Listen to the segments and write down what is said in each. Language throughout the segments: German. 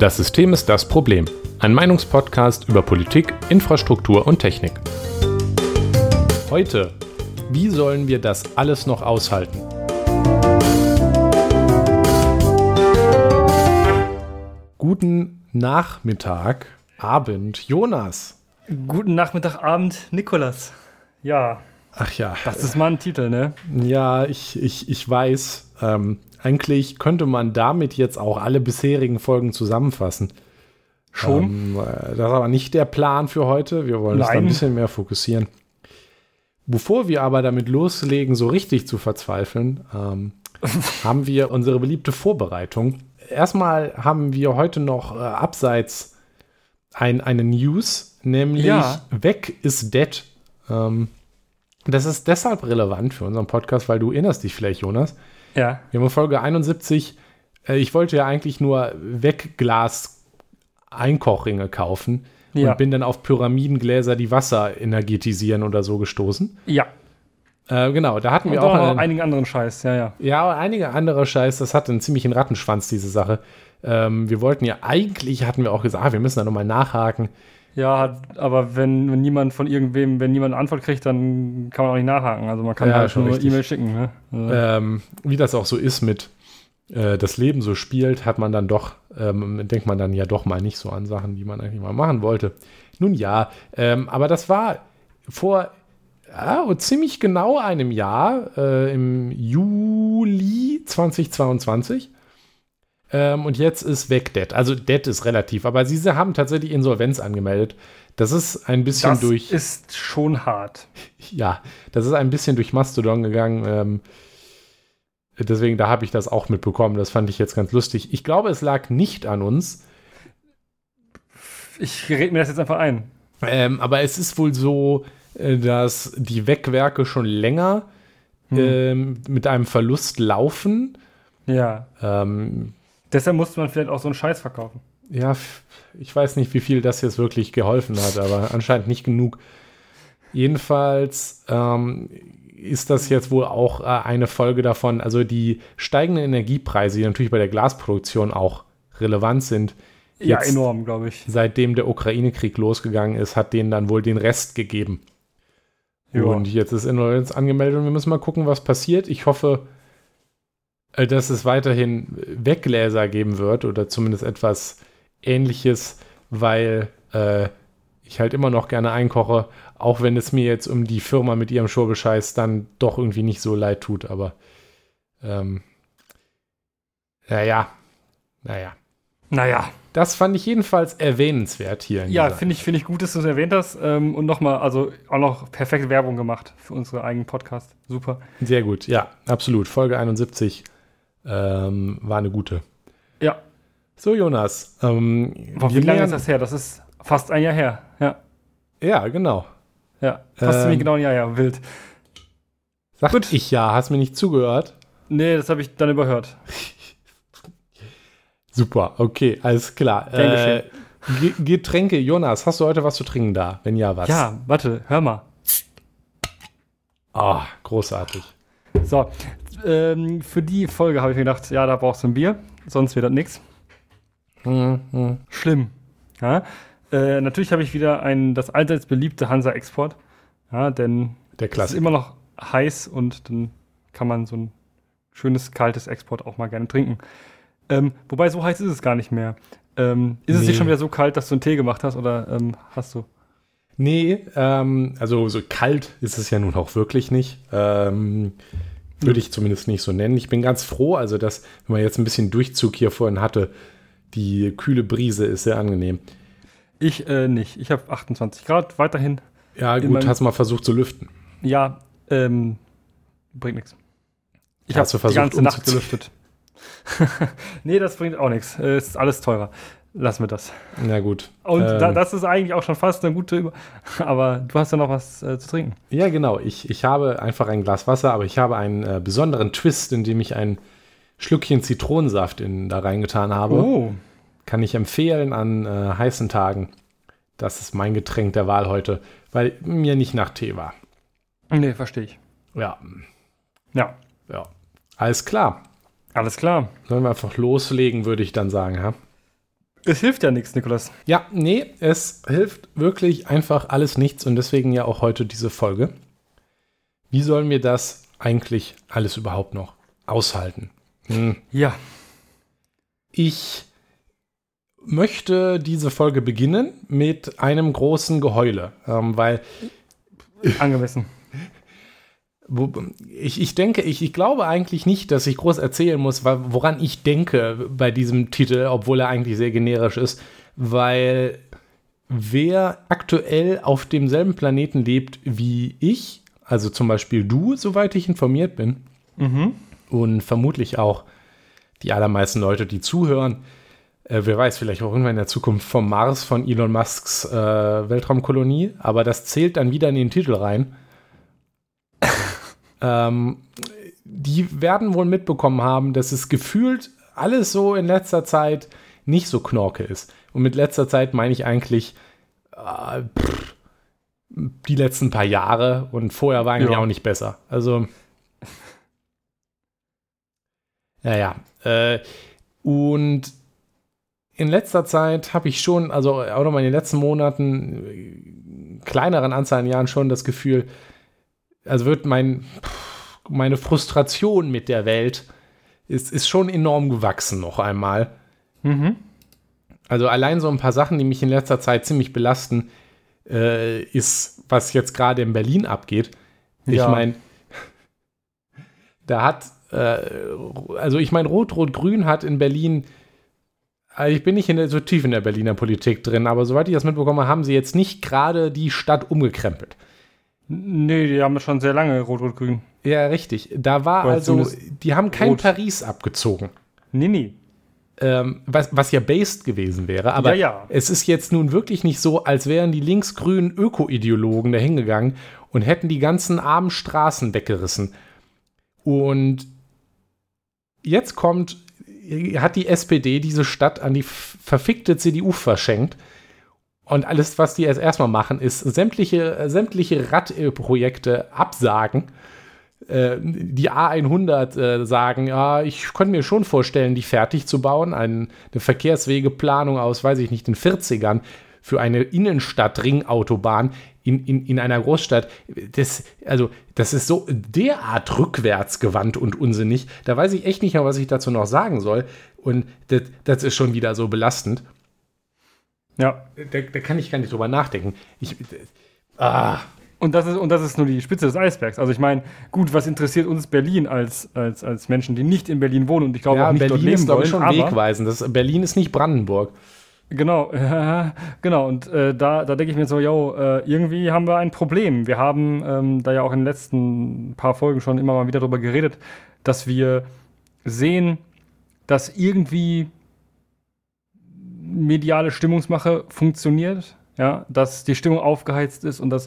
Das System ist das Problem. Ein Meinungspodcast über Politik, Infrastruktur und Technik. Heute, wie sollen wir das alles noch aushalten? Guten Nachmittag, Abend, Jonas. Guten Nachmittag, Abend, Nikolas. Ja. Ach ja. Das ist mal ein Titel, ne? Ja, ich weiß. Eigentlich könnte man damit jetzt auch alle bisherigen Folgen zusammenfassen. Schon? Das ist aber nicht der Plan für heute. Wir wollen uns da ein bisschen mehr fokussieren. Bevor wir aber damit loslegen, so richtig zu verzweifeln, haben wir unsere beliebte Vorbereitung. Erstmal haben wir heute noch abseits eine News, nämlich Weg ist dead. Das ist deshalb relevant für unseren Podcast, weil du erinnerst dich vielleicht, Jonas. Ja. Wir haben in Folge 71, ich wollte ja eigentlich nur Wegglas-Einkochringe kaufen und bin dann auf Pyramidengläser, die Wasser energetisieren oder so gestoßen. Ja. Genau, da hatten wir auch auch einigen anderen Scheiß, ja. Ja, aber einige andere Scheiß, das hat einen ziemlichen Rattenschwanz, diese Sache. Wir wollten ja eigentlich, hatten wir auch gesagt, wir müssen da nochmal nachhaken. Ja, aber wenn niemand von irgendwem, wenn niemand eine Antwort kriegt, dann kann man auch nicht nachhaken. Also man kann halt schon nur E-Mail schicken. Ne? Also. Wie das auch so ist mit das Leben so spielt, hat man dann doch, denkt man dann ja doch mal nicht so an Sachen, die man eigentlich mal machen wollte. Nun ja, aber das war vor ziemlich genau einem Jahr, im Juli 2022. Und jetzt ist Weg dead. Also dead ist relativ, aber sie haben tatsächlich Insolvenz angemeldet. Das ist ein bisschen Das ist schon hart. Ja, das ist ein bisschen durch Mastodon gegangen. Deswegen, da habe ich das auch mitbekommen. Das fand ich jetzt ganz lustig. Ich glaube, es lag nicht an uns. Ich rede mir das jetzt einfach ein. Aber es ist wohl so, dass die Wegwerke schon länger mit einem Verlust laufen. Ja. Deshalb musste man vielleicht auch so einen Scheiß verkaufen. Ja, ich weiß nicht, wie viel das jetzt wirklich geholfen hat, aber anscheinend nicht genug. Jedenfalls ist das jetzt wohl auch eine Folge davon, also die steigenden Energiepreise, die natürlich bei der Glasproduktion auch relevant sind. Ja, enorm, glaube ich. Seitdem der Ukraine-Krieg losgegangen ist, hat denen dann wohl den Rest gegeben. Jo. Und jetzt ist Insolvenz angemeldet und wir müssen mal gucken, was passiert. Ich hoffe, dass es weiterhin Weggläser geben wird oder zumindest etwas Ähnliches, weil ich halt immer noch gerne einkoche, auch wenn es mir jetzt um die Firma mit ihrem Schurbescheiß dann doch irgendwie nicht so leid tut, aber naja. Das fand ich jedenfalls erwähnenswert hier. Ja, finde ich gut, dass du es erwähnt hast. Und nochmal, also auch noch perfekte Werbung gemacht für unseren eigenen Podcast. Super. Sehr gut, ja, absolut. Folge 71 war eine gute. Ja. So, Jonas. Wie lange ist das her? Das ist fast ein Jahr her. Ja. Ja, genau. Ja, fast ziemlich genau ein Jahr her. Wild. Sag gut. Hast mir nicht zugehört? Nee, das habe ich dann überhört. Super, okay, alles klar. Getränke, Jonas, hast du heute was zu trinken da? Wenn ja, was? Ja, warte, hör mal. Ah, großartig. So, für die Folge habe ich mir gedacht, ja, da brauchst du ein Bier, sonst wird das nichts. Schlimm. Ja? Natürlich habe ich wieder das allseits beliebte Hansa Export. Ja, denn es ist immer noch heiß und dann kann man so ein schönes, kaltes Export auch mal gerne trinken. Wobei, so heiß ist es gar nicht mehr. Ist es dir schon wieder so kalt, dass du einen Tee gemacht hast oder hast du? Nee, also so kalt ist es ja nun auch wirklich nicht. Würde ich zumindest nicht so nennen. Ich bin ganz froh, also dass, wenn man jetzt ein bisschen Durchzug hier vorhin hatte, die kühle Brise ist sehr angenehm. Ich nicht. Ich habe 28 Grad weiterhin. Ja, gut, hast du mal versucht zu lüften? Ja, bringt nichts. Ich habe die ganze Nacht gelüftet. Nee, das bringt auch nichts. Ist alles teurer. Lassen wir das. Na gut. Und das ist eigentlich auch schon fast eine gute aber du hast ja noch was zu trinken. Ja, genau. Ich habe einfach ein Glas Wasser, aber ich habe einen besonderen Twist, in dem ich ein Schlückchen Zitronensaft da reingetan habe. Oh. Kann ich empfehlen an heißen Tagen. Das ist mein Getränk der Wahl heute, weil mir nicht nach Tee war. Nee, verstehe ich. Ja. Alles klar. Alles klar. Sollen wir einfach loslegen, würde ich dann sagen, ja? Es hilft ja nichts, Nikolas. Ja, nee, es hilft wirklich einfach alles nichts und deswegen ja auch heute diese Folge. Wie sollen wir das eigentlich alles überhaupt noch aushalten? Ja. Ich möchte diese Folge beginnen mit einem großen Geheule, weil angemessen. Ich denke, ich glaube eigentlich nicht, dass ich groß erzählen muss, woran ich denke bei diesem Titel, obwohl er eigentlich sehr generisch ist, weil wer aktuell auf demselben Planeten lebt wie ich, also zum Beispiel du, soweit ich informiert bin, und vermutlich auch die allermeisten Leute, die zuhören, wer weiß, vielleicht auch irgendwann in der Zukunft vom Mars, von Elon Musks Weltraumkolonie, aber das zählt dann wieder in den Titel rein. Die werden wohl mitbekommen haben, dass es gefühlt alles so in letzter Zeit nicht so knorke ist. Und mit letzter Zeit meine ich eigentlich die letzten paar Jahre und vorher war eigentlich auch nicht besser. Also und in letzter Zeit habe ich schon, also auch nochmal in den letzten Monaten, kleineren Anzahl an Jahren schon das Gefühl, also wird meine Frustration mit der Welt ist schon enorm gewachsen noch einmal. Also allein so ein paar Sachen, die mich in letzter Zeit ziemlich belasten, ist, was jetzt gerade in Berlin abgeht. Ich meine, da hat Rot-Rot-Grün hat in Berlin, ich bin nicht so tief in der Berliner Politik drin, aber soweit ich das mitbekomme, haben sie jetzt nicht gerade die Stadt umgekrempelt. Nee, die haben schon sehr lange Rot-Rot-Grün. Ja, richtig. Da war die haben kein Paris abgezogen. Nee. Was ja based gewesen wäre, aber es ist jetzt nun wirklich nicht so, als wären die linksgrünen Öko-Ideologen da hingegangen und hätten die ganzen armen Straßen weggerissen. Und jetzt hat die SPD diese Stadt an die verfickte CDU verschenkt. Und alles, was die jetzt erstmal machen, ist sämtliche Radprojekte absagen. Die A100 sagen, ja, ich könnte mir schon vorstellen, die fertig zu bauen. Eine Verkehrswegeplanung aus, weiß ich nicht, den 40ern für eine Innenstadt-Ringautobahn in einer Großstadt. Das ist so derart rückwärtsgewandt und unsinnig. Da weiß ich echt nicht mehr, was ich dazu noch sagen soll. Und das ist schon wieder so belastend. Ja. Da kann ich gar nicht drüber nachdenken. Und das ist nur die Spitze des Eisbergs. Also ich meine, gut, was interessiert uns Berlin als Menschen, die nicht in Berlin wohnen und ich glaube auch nicht Berlin dort leben ist, glaube ich, wollen, schon wegweisend. Berlin ist nicht Brandenburg. Genau. Und da denke ich mir so, irgendwie haben wir ein Problem. Wir haben da ja auch in den letzten paar Folgen schon immer mal wieder drüber geredet, dass wir sehen, dass irgendwie mediale Stimmungsmache funktioniert, ja, dass die Stimmung aufgeheizt ist und dass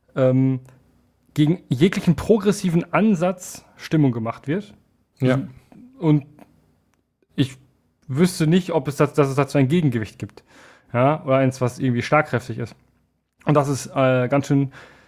gegen jeglichen progressiven Ansatz Stimmung gemacht wird. Ja. Und ich wüsste nicht, dass es dazu ein Gegengewicht gibt. Ja, oder eins, was irgendwie schlagkräftig ist. Und das ist ganz schön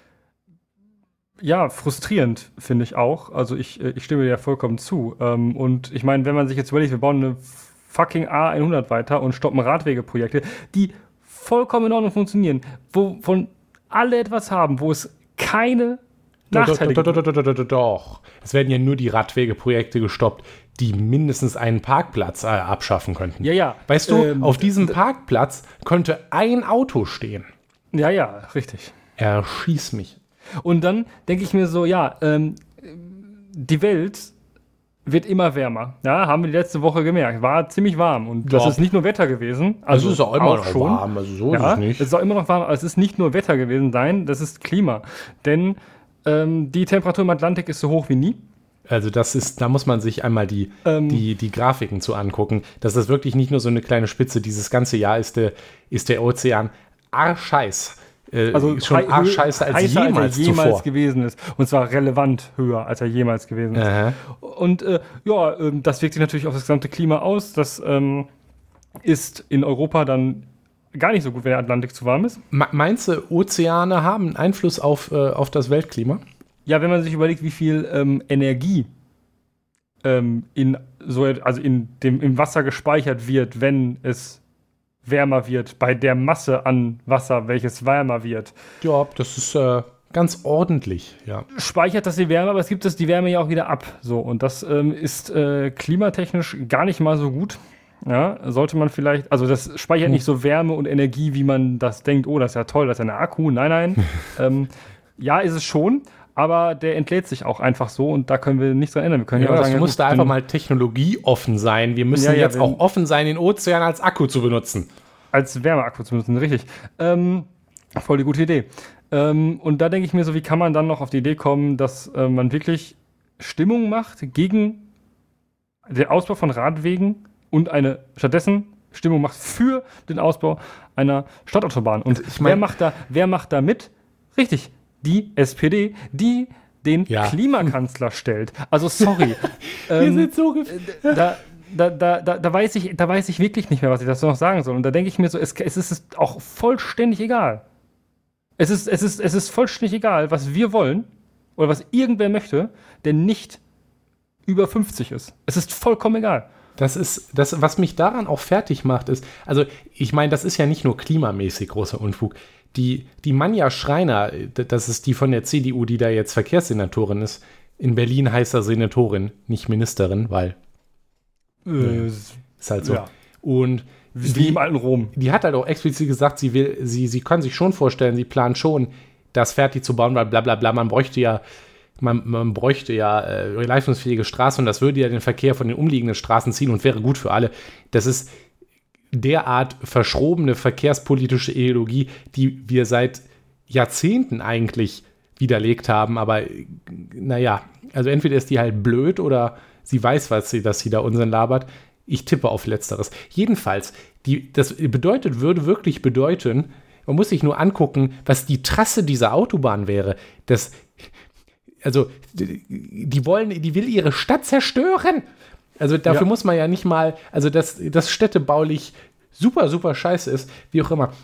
frustrierend, finde ich auch. Also ich stimme dir ja vollkommen zu. Und ich meine, wenn man sich jetzt überlegt, wir bauen eine fucking A100 weiter und stoppen Radwegeprojekte, die vollkommen in Ordnung funktionieren, wovon alle etwas haben, wo es keine Nachteile gibt. Doch. Es werden ja nur die Radwegeprojekte gestoppt, die mindestens einen Parkplatz abschaffen könnten. Ja. Weißt du, auf diesem Parkplatz könnte ein Auto stehen. Ja, richtig. Erschieß mich. Und dann denke ich mir so, die Welt wird immer wärmer. Ja, haben wir die letzte Woche gemerkt. War ziemlich warm. Und das ist nicht nur Wetter gewesen. Also es ist auch immer noch warm. Also so ist es nicht. Es ist auch immer noch warm. Aber es ist nicht nur Wetter gewesen. Nein, das ist Klima. Denn die Temperatur im Atlantik ist so hoch wie nie. Also da muss man sich einmal die Grafiken zu angucken. Das ist wirklich nicht nur so eine kleine Spitze. Dieses ganze Jahr ist der Ozean arschheiß. Also schon arschscheiße als jemals zuvor gewesen ist. Und zwar relevant höher, als er jemals gewesen ist. Und das wirkt sich natürlich auf das gesamte Klima aus. Das ist in Europa dann gar nicht so gut, wenn der Atlantik zu warm ist. Meinst du, Ozeane haben Einfluss auf das Weltklima? Ja, wenn man sich überlegt, wie viel Energie im Wasser gespeichert wird, wenn es wärmer wird, bei der Masse an Wasser, welches wärmer wird. Ja, das ist ganz ordentlich, ja. Speichert das die Wärme, aber es gibt die Wärme ja auch wieder ab. So, und das ist klimatechnisch gar nicht mal so gut. Ja, sollte man vielleicht, also das speichert nicht so Wärme und Energie, wie man das denkt, oh, das ist ja toll, das ist ja ein Akku. Nein. Ja, ist es schon, aber der entlädt sich auch einfach so und da können wir nichts dran ändern. Wir können ja, das muss da einfach mal technologieoffen sein. Wir müssen jetzt auch offen sein, den Ozean als Akku zu benutzen. Als Wärmeakku zu benutzen, richtig. Voll die gute Idee. Und da denke ich mir so, wie kann man dann noch auf die Idee kommen, dass man wirklich Stimmung macht gegen den Ausbau von Radwegen und stattdessen Stimmung macht für den Ausbau einer Stadtautobahn. Und wer macht da mit? Richtig, die SPD, die den Klimakanzler stellt. Also sorry. Wir sind so da weiß ich wirklich nicht mehr, was ich dazu noch sagen soll. Und da denke ich mir so, es ist auch vollständig egal. Es ist vollständig egal, was wir wollen oder was irgendwer möchte, der nicht über 50 ist. Es ist vollkommen egal. Das, was mich daran auch fertig macht, ist, also ich meine, das ist ja nicht nur klimamäßig großer Unfug. Die Manja Schreiner, das ist die von der CDU, die da jetzt Verkehrssenatorin ist. In Berlin heißt er Senatorin, nicht Ministerin, weil ist halt so. Ja. Und wie im alten Rom. Die hat halt auch explizit gesagt, sie kann sich schon vorstellen, sie plant schon, das fertig zu bauen, weil bla bla bla, man bräuchte ja leistungsfähige Straßen und das würde ja den Verkehr von den umliegenden Straßen ziehen und wäre gut für alle. Das ist derart verschrobene verkehrspolitische Ideologie, die wir seit Jahrzehnten eigentlich widerlegt haben, aber naja, also entweder ist die halt blöd oder sie weiß, dass sie da Unsinn labert. Ich tippe auf Letzteres. Jedenfalls, würde wirklich bedeuten, man muss sich nur angucken, was die Trasse dieser Autobahn wäre. Die will ihre Stadt zerstören. Also dafür muss man ja nicht mal, also dass das städtebaulich super, super scheiße ist, wie auch immer.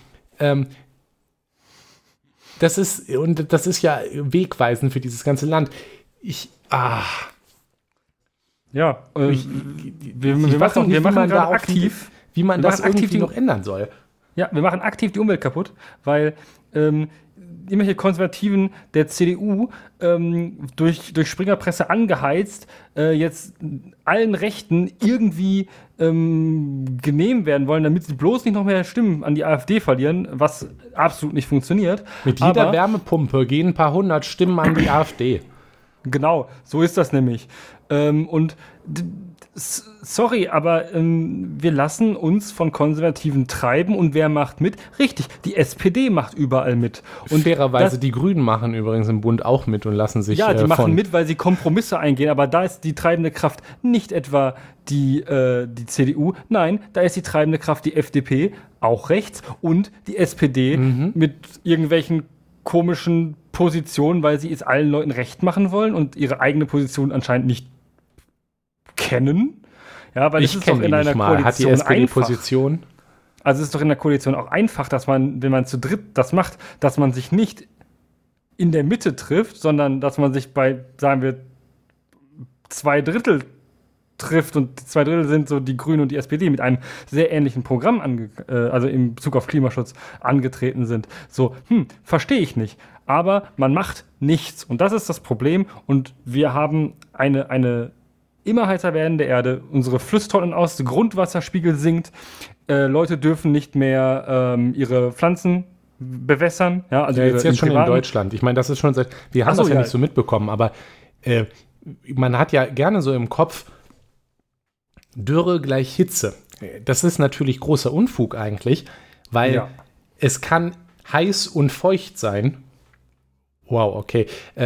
Das ist ja wegweisend für dieses ganze Land. Ich machen gerade aktiv, wie man das irgendwie noch ändern soll. Ja, wir machen aktiv die Umwelt kaputt, weil irgendwelche Konservativen der CDU durch Springerpresse angeheizt jetzt allen Rechten irgendwie genehm werden wollen, damit sie bloß nicht noch mehr Stimmen an die AfD verlieren, was absolut nicht funktioniert. Mit jeder Wärmepumpe gehen ein paar hundert Stimmen an die AfD. Genau, so ist das nämlich. Sorry, aber wir lassen uns von Konservativen treiben und wer macht mit? Richtig, die SPD macht überall mit. Und fairerweise, die Grünen machen übrigens im Bund auch mit und lassen sich die machen mit, weil sie Kompromisse eingehen, aber da ist die treibende Kraft nicht etwa die CDU, nein, da ist die treibende Kraft die FDP, auch rechts, und die SPD mit irgendwelchen komischen Positionen, weil sie es allen Leuten recht machen wollen und ihre eigene Position anscheinend nicht kennen. Ja, weil es ist doch in einer Koalition hat die SPD einfach Position? Also es ist doch in der Koalition auch einfach, dass man, wenn man zu dritt das macht, dass man sich nicht in der Mitte trifft, sondern dass man sich bei, sagen wir, 2/3 trifft und 2/3 sind so die Grünen und die SPD mit einem sehr ähnlichen Programm, also in Bezug auf Klimaschutz angetreten sind. So, verstehe ich nicht. Aber man macht nichts und das ist das Problem und wir haben eine immer heißer werdende Erde, unsere Flüsse trocknen aus, der Grundwasserspiegel sinkt, Leute dürfen nicht mehr ihre Pflanzen bewässern. Ja, also jetzt schon in Deutschland. Ich meine, das ist schon wir haben das ja nicht so mitbekommen, aber man hat ja gerne so im Kopf, Dürre gleich Hitze. Das ist natürlich großer Unfug eigentlich, weil es kann heiß und feucht sein. Wow, okay.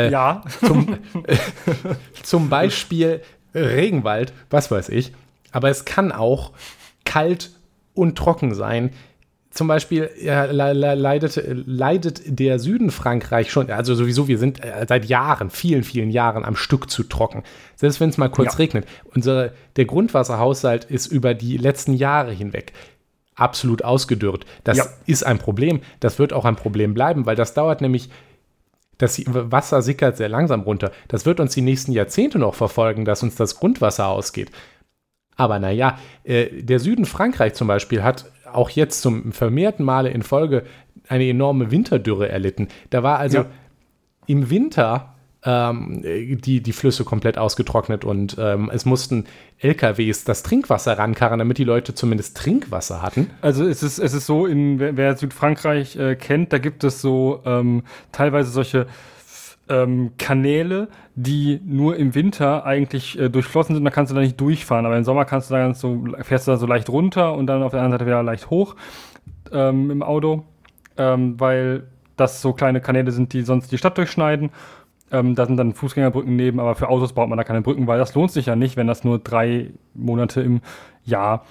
Zum Beispiel Regenwald, was weiß ich. Aber es kann auch kalt und trocken sein. Zum Beispiel leidet der Süden Frankreich schon, also sowieso, wir sind seit Jahren, vielen, vielen Jahren am Stück zu trocken. Selbst wenn es mal kurz regnet. Der Grundwasserhaushalt ist über die letzten Jahre hinweg absolut ausgedürrt. Das ist ein Problem. Das wird auch ein Problem bleiben, weil das dauert nämlich, das Wasser sickert sehr langsam runter. Das wird uns die nächsten Jahrzehnte noch verfolgen, dass uns das Grundwasser ausgeht. Aber naja, der Süden Frankreich zum Beispiel hat auch jetzt zum vermehrten Male in Folge eine enorme Winterdürre erlitten. Da war also im Winter die Flüsse komplett ausgetrocknet und es mussten LKWs das Trinkwasser rankarren, damit die Leute zumindest Trinkwasser hatten. Also es ist so, wer Südfrankreich kennt, da gibt es so teilweise solche Kanäle, die nur im Winter eigentlich durchflossen sind, da kannst du da nicht durchfahren, aber im Sommer fährst du da so leicht runter und dann auf der anderen Seite wieder leicht hoch im Auto, weil das so kleine Kanäle sind, die sonst die Stadt durchschneiden. Da sind dann Fußgängerbrücken neben, aber für Autos baut man da keine Brücken, weil das lohnt sich ja nicht, wenn das nur 3 Monate im Jahr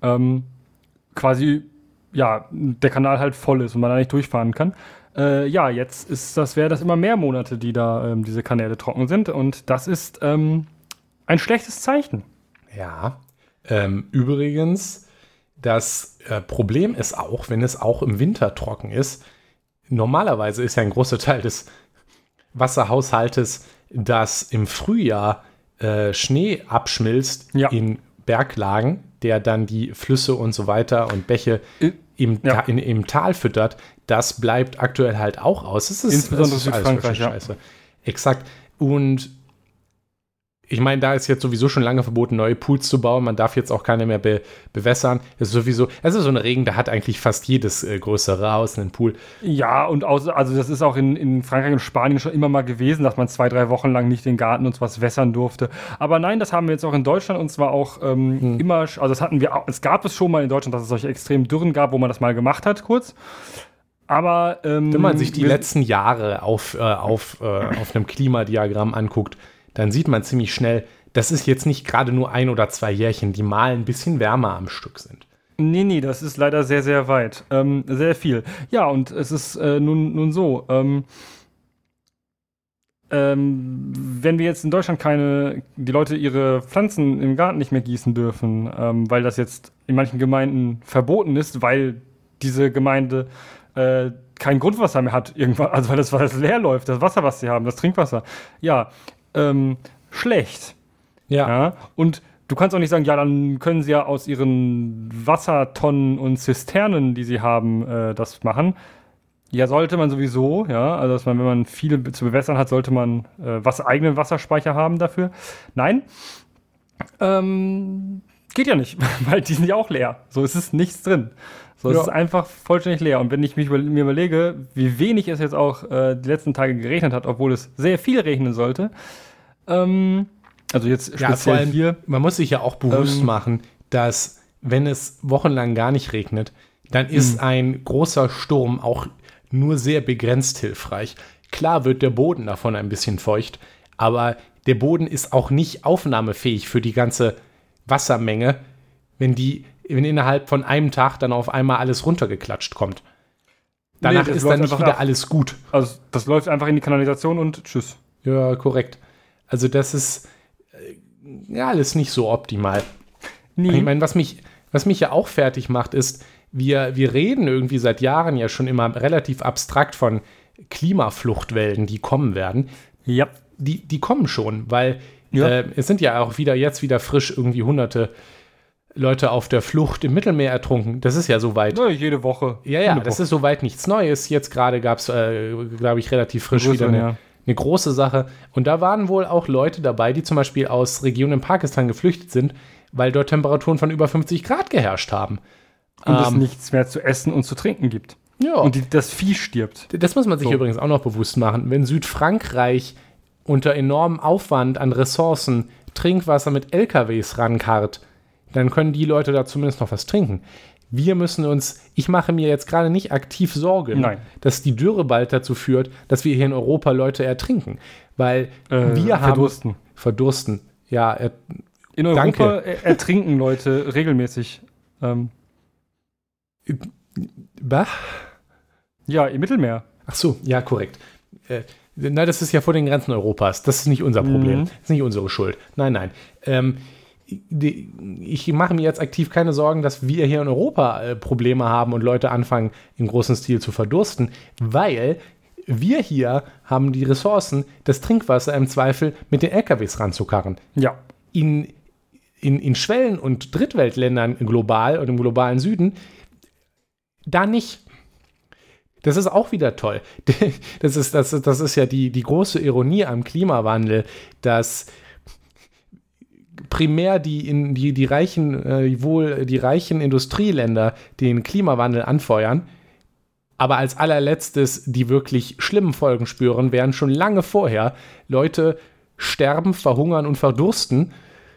quasi der Kanal halt voll ist und man da nicht durchfahren kann. Jetzt wäre das immer mehr Monate, die da diese Kanäle trocken sind und das ist ein schlechtes Zeichen. Ja, übrigens, das Problem ist auch, wenn es auch im Winter trocken ist, normalerweise ist ja ein großer Teil des Wasserhaushaltes, dass im Frühjahr Schnee abschmilzt in Berglagen, der dann die Flüsse und so weiter und Bäche im Tal füttert. Das bleibt aktuell halt auch aus. Insbesondere Südfrankreich, Scheiße. Exakt. Und ich meine, da ist jetzt sowieso schon lange verboten, neue Pools zu bauen. Man darf jetzt auch keine mehr bewässern. Es ist so eine Regen, da hat eigentlich fast jedes größere Haus einen Pool. Ja, und also das ist auch in Frankreich und Spanien schon immer mal gewesen, dass man 2-3 Wochen lang nicht den Garten und was wässern durfte. Aber nein, das haben wir jetzt auch in Deutschland und zwar auch immer, also das hatten wir auch, es gab es schon mal in Deutschland, dass es solche extremen Dürren gab, wo man das mal gemacht hat, kurz. Aber wenn man sich die letzten Jahre auf einem Klimadiagramm anguckt, dann sieht man ziemlich schnell, das ist jetzt nicht gerade nur 1 oder 2 Jährchen, die mal ein bisschen wärmer am Stück sind. Nee, das ist leider sehr, sehr weit. Sehr viel. Ja, und es ist nun so, wenn wir jetzt in Deutschland die Leute ihre Pflanzen im Garten nicht mehr gießen dürfen, weil das jetzt in manchen Gemeinden verboten ist, weil diese Gemeinde kein Grundwasser mehr hat irgendwann, also weil das leer läuft, das Wasser, was sie haben, das Trinkwasser. Ja, schlecht. Ja. Und du kannst auch nicht sagen, ja, dann können sie ja aus ihren Wassertonnen und Zisternen, die sie haben, das machen. Ja, sollte man sowieso, ja. Also, dass man, wenn man viel zu bewässern hat, sollte man eigenen Wasserspeicher haben dafür. Nein. Geht ja nicht, weil die sind ja auch leer. So ist es nichts drin. So, es ist einfach vollständig leer. Und wenn ich mir überlege, wie wenig es jetzt auch die letzten Tage geregnet hat, obwohl es sehr viel regnen sollte, also jetzt speziell vor allem, hier. Man muss sich ja auch bewusst machen, dass wenn es wochenlang gar nicht regnet, dann ist ein großer Sturm auch nur sehr begrenzt hilfreich. Klar wird der Boden davon ein bisschen feucht, aber der Boden ist auch nicht aufnahmefähig für die ganze Wassermenge, wenn innerhalb von einem Tag dann auf einmal alles runtergeklatscht kommt. Danach ist dann nicht wieder alles gut. Also das läuft einfach in die Kanalisation und tschüss. Ja, korrekt. Also das ist alles nicht so optimal. Nee. Ich meine, was mich ja auch fertig macht, ist, wir reden irgendwie seit Jahren ja schon immer relativ abstrakt von Klimafluchtwellen, die kommen werden. Ja. Die kommen schon, weil es sind ja auch jetzt wieder frisch irgendwie hunderte Leute auf der Flucht im Mittelmeer ertrunken. Das ist ja soweit. Ja, jede Woche. Das ist soweit nichts Neues. Jetzt gerade gab es, glaube ich, relativ frisch wieder eine große Sache. Und da waren wohl auch Leute dabei, die zum Beispiel aus Regionen in Pakistan geflüchtet sind, weil dort Temperaturen von über 50 Grad geherrscht haben. Und es nichts mehr zu essen und zu trinken gibt. Ja. Und das Vieh stirbt. Das muss man sich übrigens auch noch bewusst machen. Wenn Südfrankreich unter enormem Aufwand an Ressourcen Trinkwasser mit LKWs rankarrt, dann können die Leute da zumindest noch was trinken. Ich mache mir jetzt gerade nicht aktiv Sorgen, dass die Dürre bald dazu führt, dass wir hier in Europa Leute ertrinken. Weil wir haben... Verdursten. Ja, in Europa ertrinken Leute regelmäßig. Ja, im Mittelmeer. Ach so, ja, korrekt. Das ist ja vor den Grenzen Europas. Das ist nicht unser Problem. Das ist nicht unsere Schuld. Nein. Ich mache mir jetzt aktiv keine Sorgen, dass wir hier in Europa Probleme haben und Leute anfangen, im großen Stil zu verdursten, weil wir hier haben die Ressourcen, das Trinkwasser im Zweifel mit den LKWs ranzukarren. Ja. In Schwellen- und Drittweltländern global und im globalen Süden, da nicht. Das ist auch wieder toll. Das ist ja die große Ironie am Klimawandel, dass primär die reichen Industrieländer den Klimawandel anfeuern, aber als allerletztes die wirklich schlimmen Folgen spüren, während schon lange vorher Leute sterben, verhungern und verdursten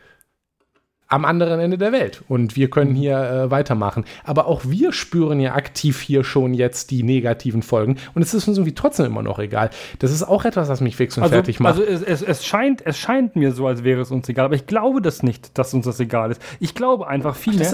am anderen Ende der Welt. Und wir können hier weitermachen. Aber auch wir spüren ja aktiv hier schon jetzt die negativen Folgen. Und es ist uns irgendwie trotzdem immer noch egal. Das ist auch etwas, was mich fix und fertig macht. Also es scheint mir so, als wäre es uns egal. Aber ich glaube das nicht, dass uns das egal ist. Ich glaube einfach vielmehr,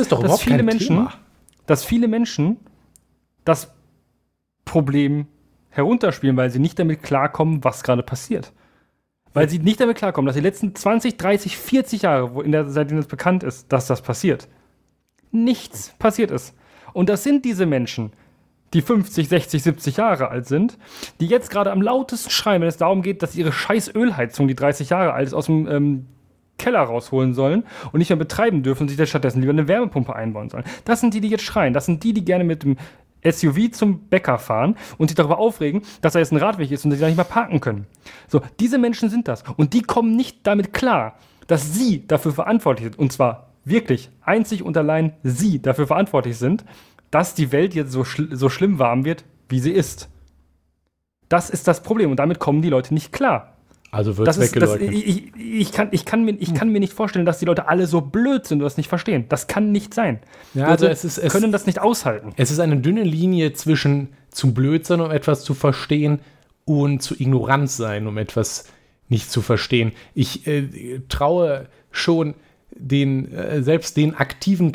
dass viele Menschen das Problem herunterspielen, weil sie nicht damit klarkommen, was gerade passiert. Weil sie nicht damit klarkommen, dass die letzten 20, 30, 40 Jahre, seitdem es bekannt ist, dass das passiert, nichts passiert ist. Und das sind diese Menschen, die 50, 60, 70 Jahre alt sind, die jetzt gerade am lautesten schreien, wenn es darum geht, dass ihre scheiß Ölheizung, die 30 Jahre alt ist, aus dem Keller rausholen sollen und nicht mehr betreiben dürfen und sich stattdessen lieber eine Wärmepumpe einbauen sollen. Das sind die jetzt schreien. Das sind die gerne mit dem SUV zum Bäcker fahren und sich darüber aufregen, dass da jetzt ein Radweg ist und sie da nicht mehr parken können. So, diese Menschen sind das. Und die kommen nicht damit klar, dass sie dafür verantwortlich sind. Und zwar wirklich einzig und allein sie dafür verantwortlich sind, dass die Welt jetzt so schlimm warm wird, wie sie ist. Das ist das Problem. Und damit kommen die Leute nicht klar. Also wird es weggeleugnet. Ich kann mir nicht vorstellen, dass die Leute alle so blöd sind und das nicht verstehen. Das kann nicht sein. Ja, also können das nicht aushalten. Es ist eine dünne Linie zwischen zu blöd sein, um etwas zu verstehen, und zu ignorant sein, um etwas nicht zu verstehen. Ich traue schon selbst den aktiven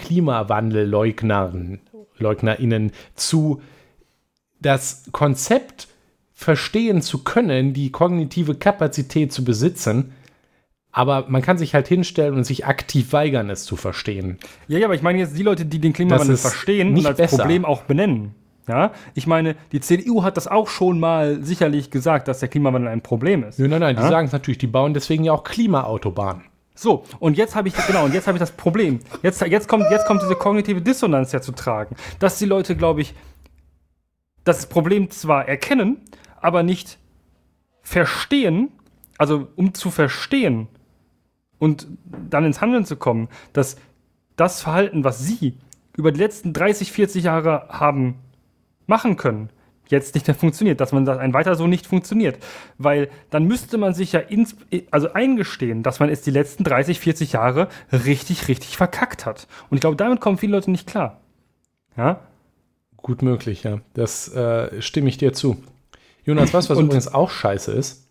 KlimawandelleugnerInnen zu, das Konzept verstehen zu können, die kognitive Kapazität zu besitzen, aber man kann sich halt hinstellen und sich aktiv weigern, es zu verstehen. Ja, aber ich meine jetzt die Leute, die den Klimawandel verstehen und als Problem auch benennen. Ja, ich meine, die CDU hat das auch schon mal sicherlich gesagt, dass der Klimawandel ein Problem ist. Nein, die sagen es natürlich, die bauen deswegen ja auch Klimaautobahnen. So, und jetzt habe ich das Problem. Jetzt kommt diese kognitive Dissonanz ja zu tragen, dass die Leute, glaube ich, das Problem zwar erkennen, aber nicht verstehen, also um zu verstehen und dann ins Handeln zu kommen, dass das Verhalten, was sie über die letzten 30, 40 Jahre haben machen können, jetzt nicht mehr funktioniert, dass man das ein weiter so nicht funktioniert. Weil dann müsste man sich ja eingestehen, dass man es die letzten 30, 40 Jahre richtig, richtig verkackt hat. Und ich glaube, damit kommen viele Leute nicht klar. Ja? Gut möglich, ja. Das stimme ich dir zu. Jonas, was übrigens auch scheiße ist?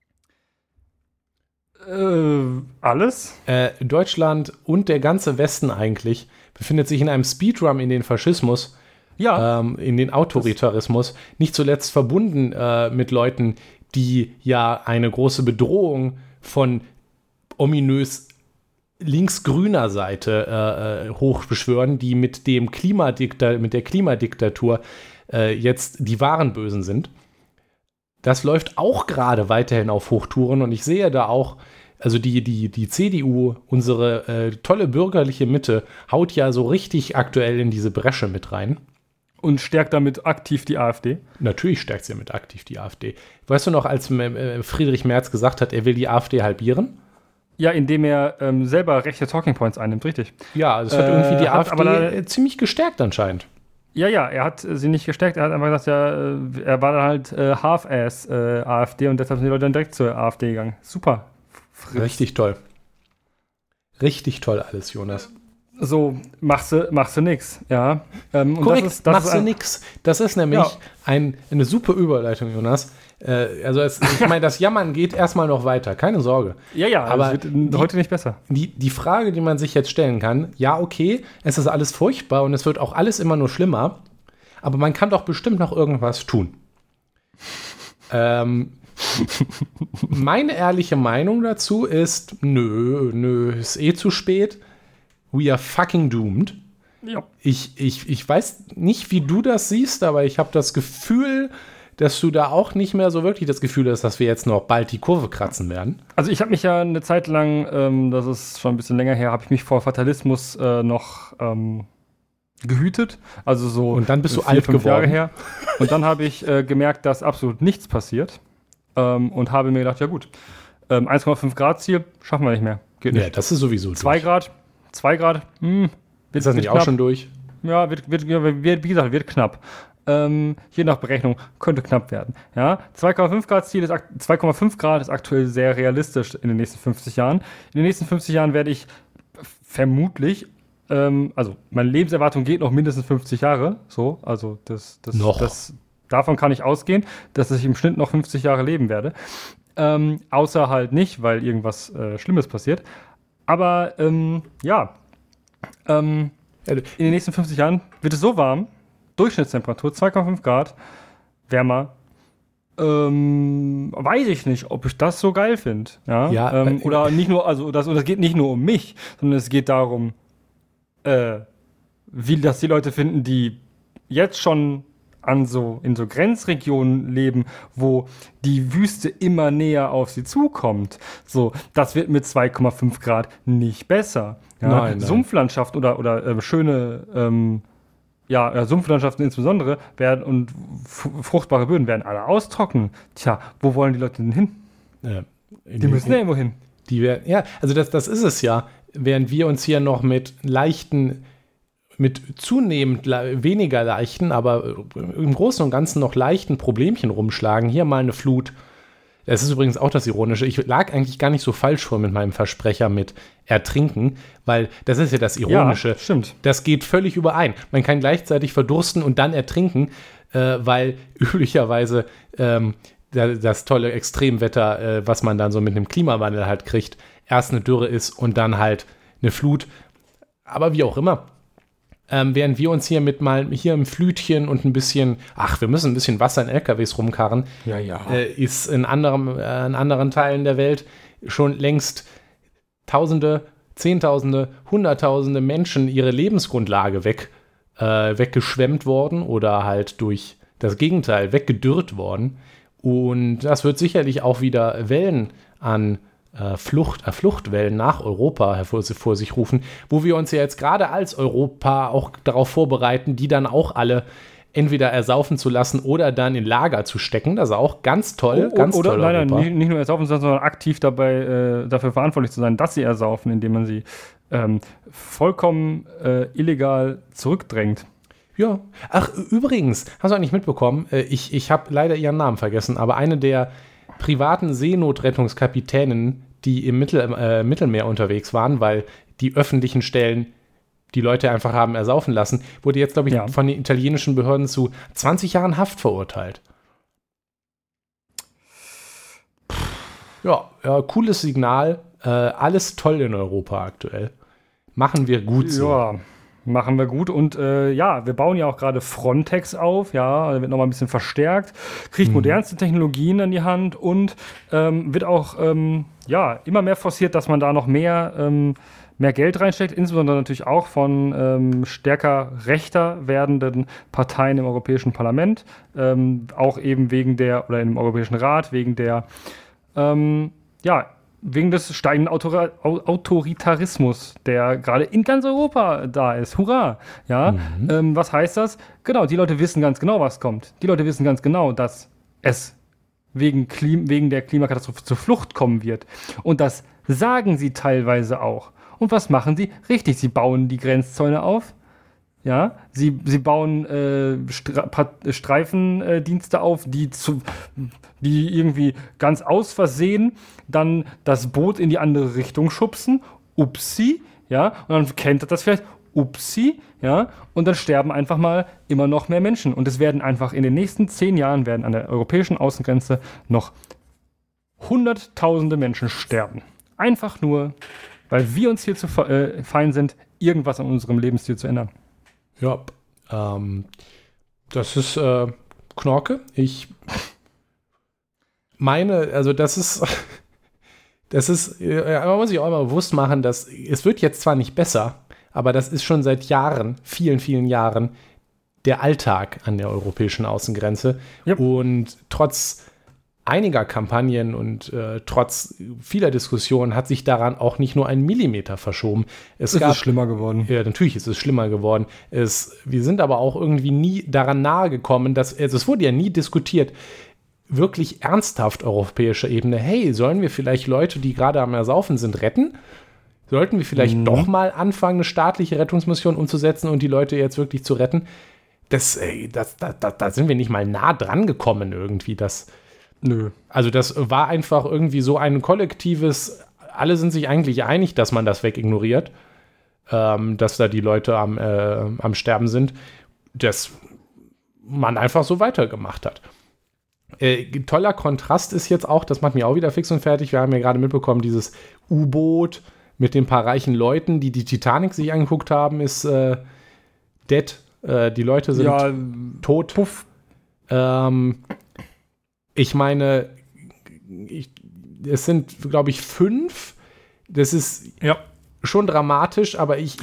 Alles? Deutschland und der ganze Westen eigentlich befindet sich in einem Speedrun in den Faschismus, in den Autoritarismus, nicht zuletzt verbunden mit Leuten, die ja eine große Bedrohung von ominös linksgrüner Seite hochbeschwören, die mit der Klimadiktatur jetzt die wahren Bösen sind. Das läuft auch gerade weiterhin auf Hochtouren und ich sehe da auch, also die CDU, unsere tolle bürgerliche Mitte, haut ja so richtig aktuell in diese Bresche mit rein. Und stärkt damit aktiv die AfD? Natürlich stärkt sie damit aktiv die AfD. Weißt du noch, als Friedrich Merz gesagt hat, er will die AfD halbieren? Ja, indem er selber rechte Talking Points einnimmt, richtig. Ja, das hat irgendwie die AfD ziemlich gestärkt anscheinend. Ja, er hat sie nicht gestärkt, er hat einfach gesagt, er war dann halt Half-Ass AfD und deshalb sind die Leute dann direkt zur AfD gegangen. Super. Richtig toll. Richtig toll alles, Jonas. So, machst du nix, ja. Korrekt, machst du nix. Das ist nämlich eine super Überleitung, Jonas. Ich meine, das Jammern geht erstmal noch weiter, keine Sorge. Ja, aber es wird heute nicht besser. Die Frage, die man sich jetzt stellen kann, ja, okay, es ist alles furchtbar und es wird auch alles immer nur schlimmer, aber man kann doch bestimmt noch irgendwas tun. Meine ehrliche Meinung dazu ist, nö, ist zu spät. We are fucking doomed. Ja. Ich weiß nicht, wie du das siehst, aber ich habe das Gefühl, dass du da auch nicht mehr so wirklich das Gefühl hast, dass wir jetzt noch bald die Kurve kratzen werden. Also ich habe mich ja eine Zeit lang, das ist schon ein bisschen länger her, habe ich mich vor Fatalismus noch gehütet. Also so. Und dann bist du alt 5 geworden. Jahre her. Und dann habe ich gemerkt, dass absolut nichts passiert. Und habe mir gedacht, ja gut, 1,5 Grad Ziel schaffen wir nicht mehr. Geht nicht. Ja, das ist sowieso 2 Grad. Ist das nicht auch schon durch? Ja, wie gesagt, wird knapp. Je nach Berechnung könnte knapp werden. Ja, 2,5 Grad ist aktuell sehr realistisch in den nächsten 50 Jahren. In den nächsten 50 Jahren werde ich vermutlich, also meine Lebenserwartung geht noch mindestens 50 Jahre. So, also davon kann ich ausgehen, dass ich im Schnitt noch 50 Jahre leben werde. Außer halt nicht, weil irgendwas Schlimmes passiert. Aber in den nächsten 50 Jahren wird es so warm, Durchschnittstemperatur 2,5 Grad, wärmer. Weiß ich nicht, ob ich das so geil finde. Ja? Oder nicht nur, also das geht nicht nur um mich, sondern es geht darum, wie das die Leute finden, die jetzt schon in so Grenzregionen leben, wo die Wüste immer näher auf sie zukommt. So, das wird mit 2,5 Grad nicht besser. Ja? Nein. Sumpflandschaft oder schöne Sumpflandschaften insbesondere werden und fruchtbare Böden werden alle austrocknen. Tja, wo wollen die Leute denn hin? Die müssen ja irgendwo hin. Also das ist es ja. Während wir uns hier noch mit zunehmend weniger leichten, aber im Großen und Ganzen noch leichten Problemchen rumschlagen. Hier mal eine Flut. Das ist übrigens auch das Ironische. Ich lag eigentlich gar nicht so falsch vor mit meinem Versprecher mit Ertrinken, weil das ist ja das Ironische. Ja, stimmt. Das geht völlig überein. Man kann gleichzeitig verdursten und dann ertrinken, weil üblicherweise das tolle Extremwetter, was man dann so mit einem Klimawandel halt kriegt, erst eine Dürre ist und dann halt eine Flut. Aber wie auch immer. Während wir uns hier hier im Flütchen und wir müssen ein bisschen Wasser in LKWs rumkarren, ist in anderen Teilen der Welt schon längst Tausende, Zehntausende, Hunderttausende Menschen ihre Lebensgrundlage weggeschwemmt worden oder halt durch das Gegenteil weggedürrt worden. Und das wird sicherlich auch wieder Wellen an Fluchtwellen nach Europa vor sich rufen, wo wir uns ja jetzt gerade als Europa auch darauf vorbereiten, die dann auch alle entweder ersaufen zu lassen oder dann in Lager zu stecken. Das ist auch ganz toll. Nicht nur ersaufen, sondern aktiv dafür verantwortlich zu sein, dass sie ersaufen, indem man sie vollkommen illegal zurückdrängt. Ja. Ach, übrigens, hast du eigentlich mitbekommen, ich habe leider ihren Namen vergessen, aber eine der privaten Seenotrettungskapitänen, die im Mittelmeer unterwegs waren, weil die öffentlichen Stellen die Leute einfach haben ersaufen lassen, wurde jetzt, glaube ich, von den italienischen Behörden zu 20 Jahren Haft verurteilt. Ja, cooles Signal. Alles toll in Europa aktuell. Machen wir gut so. Ja, machen wir gut. Und wir bauen ja auch gerade Frontex auf. Ja, wird nochmal ein bisschen verstärkt. Kriegt modernste Technologien an die Hand und wird auch immer mehr forciert, dass man da noch mehr Geld reinsteckt. Insbesondere natürlich auch von stärker rechter werdenden Parteien im Europäischen Parlament. Auch eben im Europäischen Rat, wegen des steigenden Autoritarismus, der gerade in ganz Europa da ist. Hurra! Ja, was heißt das? Genau, die Leute wissen ganz genau, was kommt. Die Leute wissen ganz genau, dass es wegen der Klimakatastrophe zur Flucht kommen wird. Und das sagen sie teilweise auch. Und was machen sie? Richtig, sie bauen die Grenzzäune auf. Ja, sie bauen Streifendienste auf, die irgendwie ganz aus Versehen dann das Boot in die andere Richtung schubsen. Upsi, ja, und dann kennt das vielleicht. Upsi, ja, und dann sterben einfach mal immer noch mehr Menschen. Und es werden einfach in den nächsten 10 Jahren an der europäischen Außengrenze noch Hunderttausende Menschen sterben. Einfach nur, weil wir uns hier zu fein sind, irgendwas an unserem Lebensstil zu ändern. Ja, das ist Knorke. Ich meine, also das ist, man muss sich auch immer bewusst machen, dass es wird jetzt zwar nicht besser, aber das ist schon seit Jahren, vielen, vielen Jahren, der Alltag an der europäischen Außengrenze. Yep. Und trotz einiger Kampagnen und trotz vieler Diskussionen hat sich daran auch nicht nur ein Millimeter verschoben. Es ist schlimmer geworden. Ja, natürlich ist es schlimmer geworden. Wir sind aber auch irgendwie nie daran nahe gekommen, es wurde ja nie diskutiert, wirklich ernsthaft europäischer Ebene, hey, sollen wir vielleicht Leute, die gerade am Ersaufen sind, retten? Sollten wir vielleicht doch mal anfangen, eine staatliche Rettungsmission umzusetzen und die Leute jetzt wirklich zu retten? Da sind wir nicht mal nah dran gekommen irgendwie, Nö. Also das war einfach irgendwie so ein kollektives, alle sind sich eigentlich einig, dass man das wegignoriert, dass da die Leute am Sterben sind, dass man einfach so weitergemacht hat. Toller Kontrast ist jetzt auch, das macht mich auch wieder fix und fertig, wir haben ja gerade mitbekommen, dieses U-Boot mit den paar reichen Leuten, die Titanic sich angeguckt haben, ist dead. Die Leute sind tot. Puff. Ich meine, es sind, glaube ich, 5. Das ist schon dramatisch, aber ich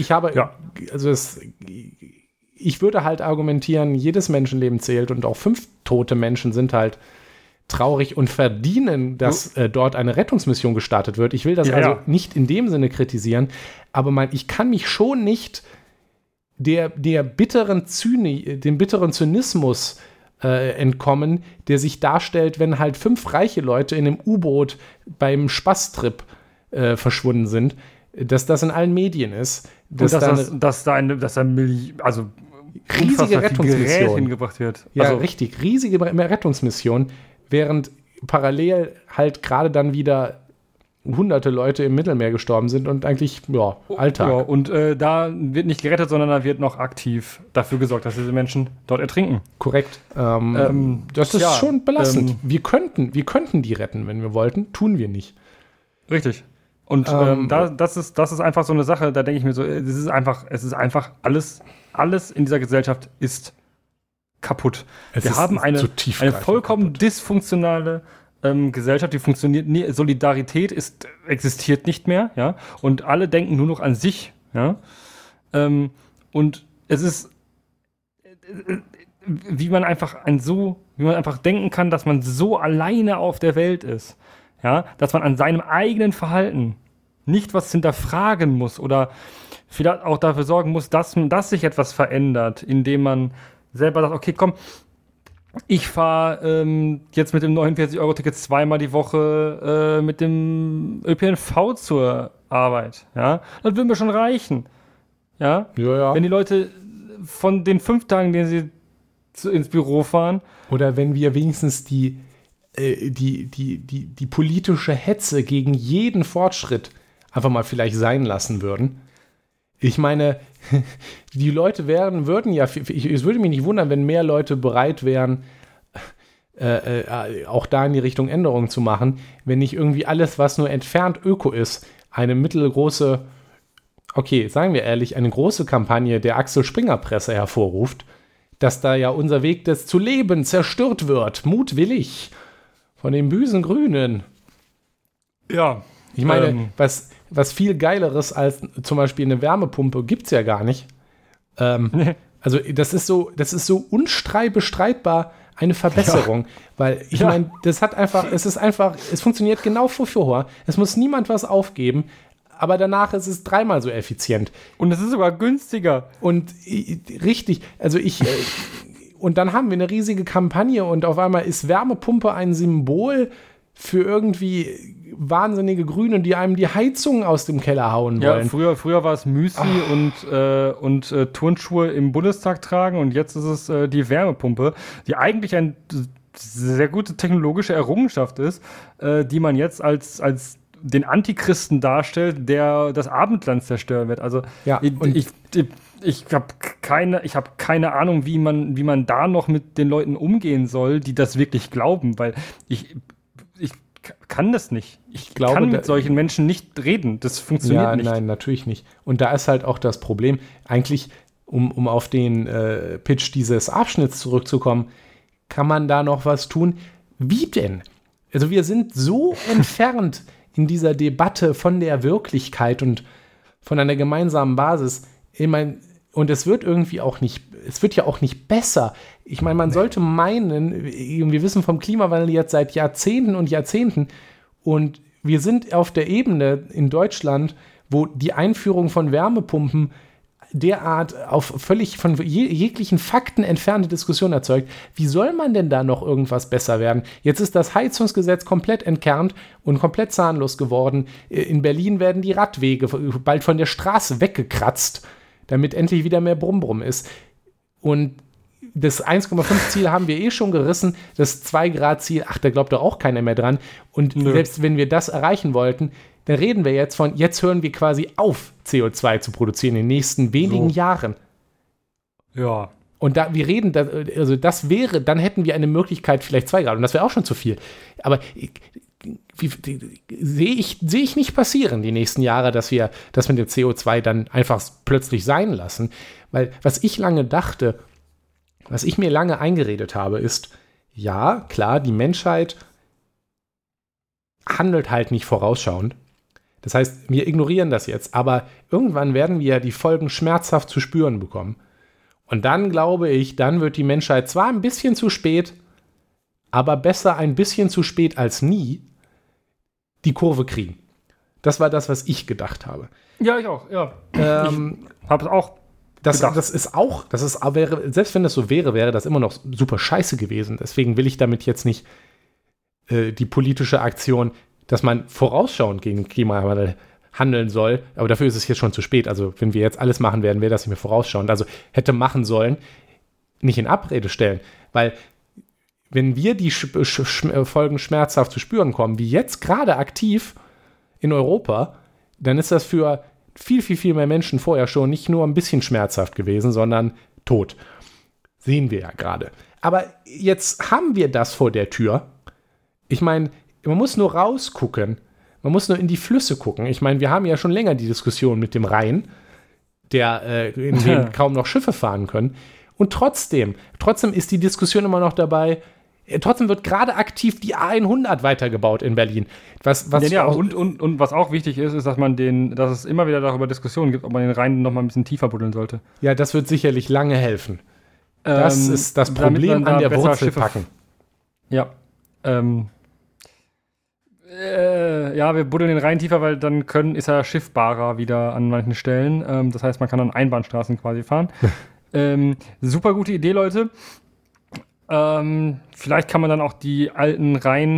würde halt argumentieren, jedes Menschenleben zählt und auch 5 tote Menschen sind halt traurig und verdienen, dass dort eine Rettungsmission gestartet wird. Ich will das nicht in dem Sinne kritisieren, aber ich kann mich schon nicht dem bitteren Zynismus entkommen, der sich darstellt, wenn halt 5 reiche Leute in einem U-Boot beim Spaßtrip verschwunden sind, dass das in allen Medien ist. Dass da riesige Rettungsmission hingebracht wird. Ja, richtig, riesige Rettungsmission, während parallel halt gerade dann wieder hunderte Leute im Mittelmeer gestorben sind und eigentlich, Alltag. Ja, und da wird nicht gerettet, sondern da wird noch aktiv dafür gesorgt, dass diese Menschen dort ertrinken. Korrekt. Das ist schon belastend. Wir könnten die retten, wenn wir wollten, tun wir nicht. Richtig. Und das ist einfach so eine Sache, da denke ich mir so, es ist einfach alles in dieser Gesellschaft ist kaputt. Wir haben eine vollkommen dysfunktionale Gesellschaft, die funktioniert nie, Solidarität existiert nicht mehr, ja, und alle denken nur noch an sich, ja, und es ist, wie man einfach denken kann, dass man so alleine auf der Welt ist, ja, dass man an seinem eigenen Verhalten nicht was hinterfragen muss oder vielleicht auch dafür sorgen muss, dass sich etwas verändert, indem man selber sagt, okay, komm, ich fahre jetzt mit dem 49-Euro-Ticket 2-mal die Woche mit dem ÖPNV zur Arbeit. Ja? Das würde mir schon reichen. Ja? Wenn die Leute von den 5 Tagen, denen sie ins Büro fahren. Oder wenn wir wenigstens die politische Hetze gegen jeden Fortschritt einfach mal vielleicht sein lassen würden. Ich meine, die Leute es würde mich nicht wundern, wenn mehr Leute bereit wären, auch da in die Richtung Änderungen zu machen, wenn nicht irgendwie alles, was nur entfernt Öko ist, eine mittelgroße, sagen wir ehrlich, eine große Kampagne der Axel Springer Presse hervorruft, dass da ja unser Weg des zu leben zerstört wird, mutwillig, von den bösen Grünen. Ja. Ich meine, was viel Geileres als zum Beispiel eine Wärmepumpe gibt es ja gar nicht. Also das ist so bestreitbar eine Verbesserung, weil ich meine, es funktioniert genau vor. Es muss niemand was aufgeben, aber danach ist es 3-mal so effizient. Und es ist sogar günstiger. Und richtig, also und dann haben wir eine riesige Kampagne und auf einmal ist Wärmepumpe ein Symbol für irgendwie wahnsinnige Grüne, die einem die Heizung aus dem Keller hauen wollen. Ja, früher war es Müsli und Turnschuhe im Bundestag tragen und jetzt ist es die Wärmepumpe, die eigentlich eine sehr gute technologische Errungenschaft ist, die man jetzt als den Antichristen darstellt, der das Abendland zerstören wird. Also ich habe keine Ahnung, wie man da noch mit den Leuten umgehen soll, die das wirklich glauben, weil ich kann das nicht. Ich kann mit solchen Menschen nicht reden. Das funktioniert nicht. Nein, natürlich nicht. Und da ist halt auch das Problem, eigentlich, um auf den Pitch dieses Abschnitts zurückzukommen, kann man da noch was tun? Wie denn? Also wir sind so entfernt in dieser Debatte von der Wirklichkeit und von einer gemeinsamen Basis. Ich meine, Und es wird irgendwie auch nicht, es wird ja auch nicht besser. Ich meine, man sollte meinen, wir wissen vom Klimawandel jetzt seit Jahrzehnten und Jahrzehnten und wir sind auf der Ebene in Deutschland, wo die Einführung von Wärmepumpen derart auf völlig von jeglichen Fakten entfernte Diskussion erzeugt. Wie soll man denn da noch irgendwas besser werden? Jetzt ist das Heizungsgesetz komplett entkernt und komplett zahnlos geworden. In Berlin werden die Radwege bald von der Straße weggekratzt, damit endlich wieder mehr Brumm-Brumm ist. Und das 1,5-Ziel haben wir schon gerissen. Das 2-Grad-Ziel, da glaubt doch auch keiner mehr dran. Und selbst wenn wir das erreichen wollten, dann reden wir jetzt jetzt hören wir quasi auf, CO2 zu produzieren in den nächsten wenigen Jahren. Ja. Und dann hätten wir eine Möglichkeit, vielleicht 2 Grad, und das wäre auch schon zu viel. Aber sehe ich nicht passieren, die nächsten Jahre, dass wir das mit dem CO2 dann einfach plötzlich sein lassen. Weil was ich mir lange eingeredet habe, ist, ja, klar, die Menschheit handelt halt nicht vorausschauend. Das heißt, wir ignorieren das jetzt, aber irgendwann werden wir die Folgen schmerzhaft zu spüren bekommen. Und dann glaube ich, dann wird die Menschheit zwar ein bisschen zu spät, aber besser ein bisschen zu spät als nie die Kurve kriegen. Das war das, was ich gedacht habe. Ja, ich auch, ja. Ich habe es auch gedacht. Selbst wenn das so wäre das immer noch super scheiße gewesen. Deswegen will ich damit jetzt nicht die politische Aktion, dass man vorausschauend gegen den Klimawandel handeln soll, aber dafür ist es jetzt schon zu spät. Also wenn wir jetzt alles machen werden, wäre das nicht mehr vorausschauend. Also hätte machen sollen, nicht in Abrede stellen, weil wenn wir die Folgen schmerzhaft zu spüren kommen, wie jetzt gerade aktiv in Europa, dann ist das für viel, viel, viel mehr Menschen vorher schon nicht nur ein bisschen schmerzhaft gewesen, sondern tot. Sehen wir ja gerade. Aber jetzt haben wir das vor der Tür. Ich meine, man muss nur rausgucken. Man muss nur in die Flüsse gucken. Ich meine, wir haben ja schon länger die Diskussion mit dem Rhein, in dem kaum noch Schiffe fahren können. Und trotzdem ist die Diskussion immer noch dabei. Trotzdem wird gerade aktiv die A100 weitergebaut in Berlin. Und was auch wichtig ist, dass dass es immer wieder darüber Diskussionen gibt, ob man den Rhein noch mal ein bisschen tiefer buddeln sollte. Ja, das wird sicherlich lange helfen. Das ist das Problem an der Wurzel packen. Ja. Wir buddeln den Rhein tiefer, weil dann ist er schiffbarer wieder an manchen Stellen. Das heißt, man kann dann Einbahnstraßen quasi fahren. Super gute Idee, Leute. Vielleicht kann man dann auch die alten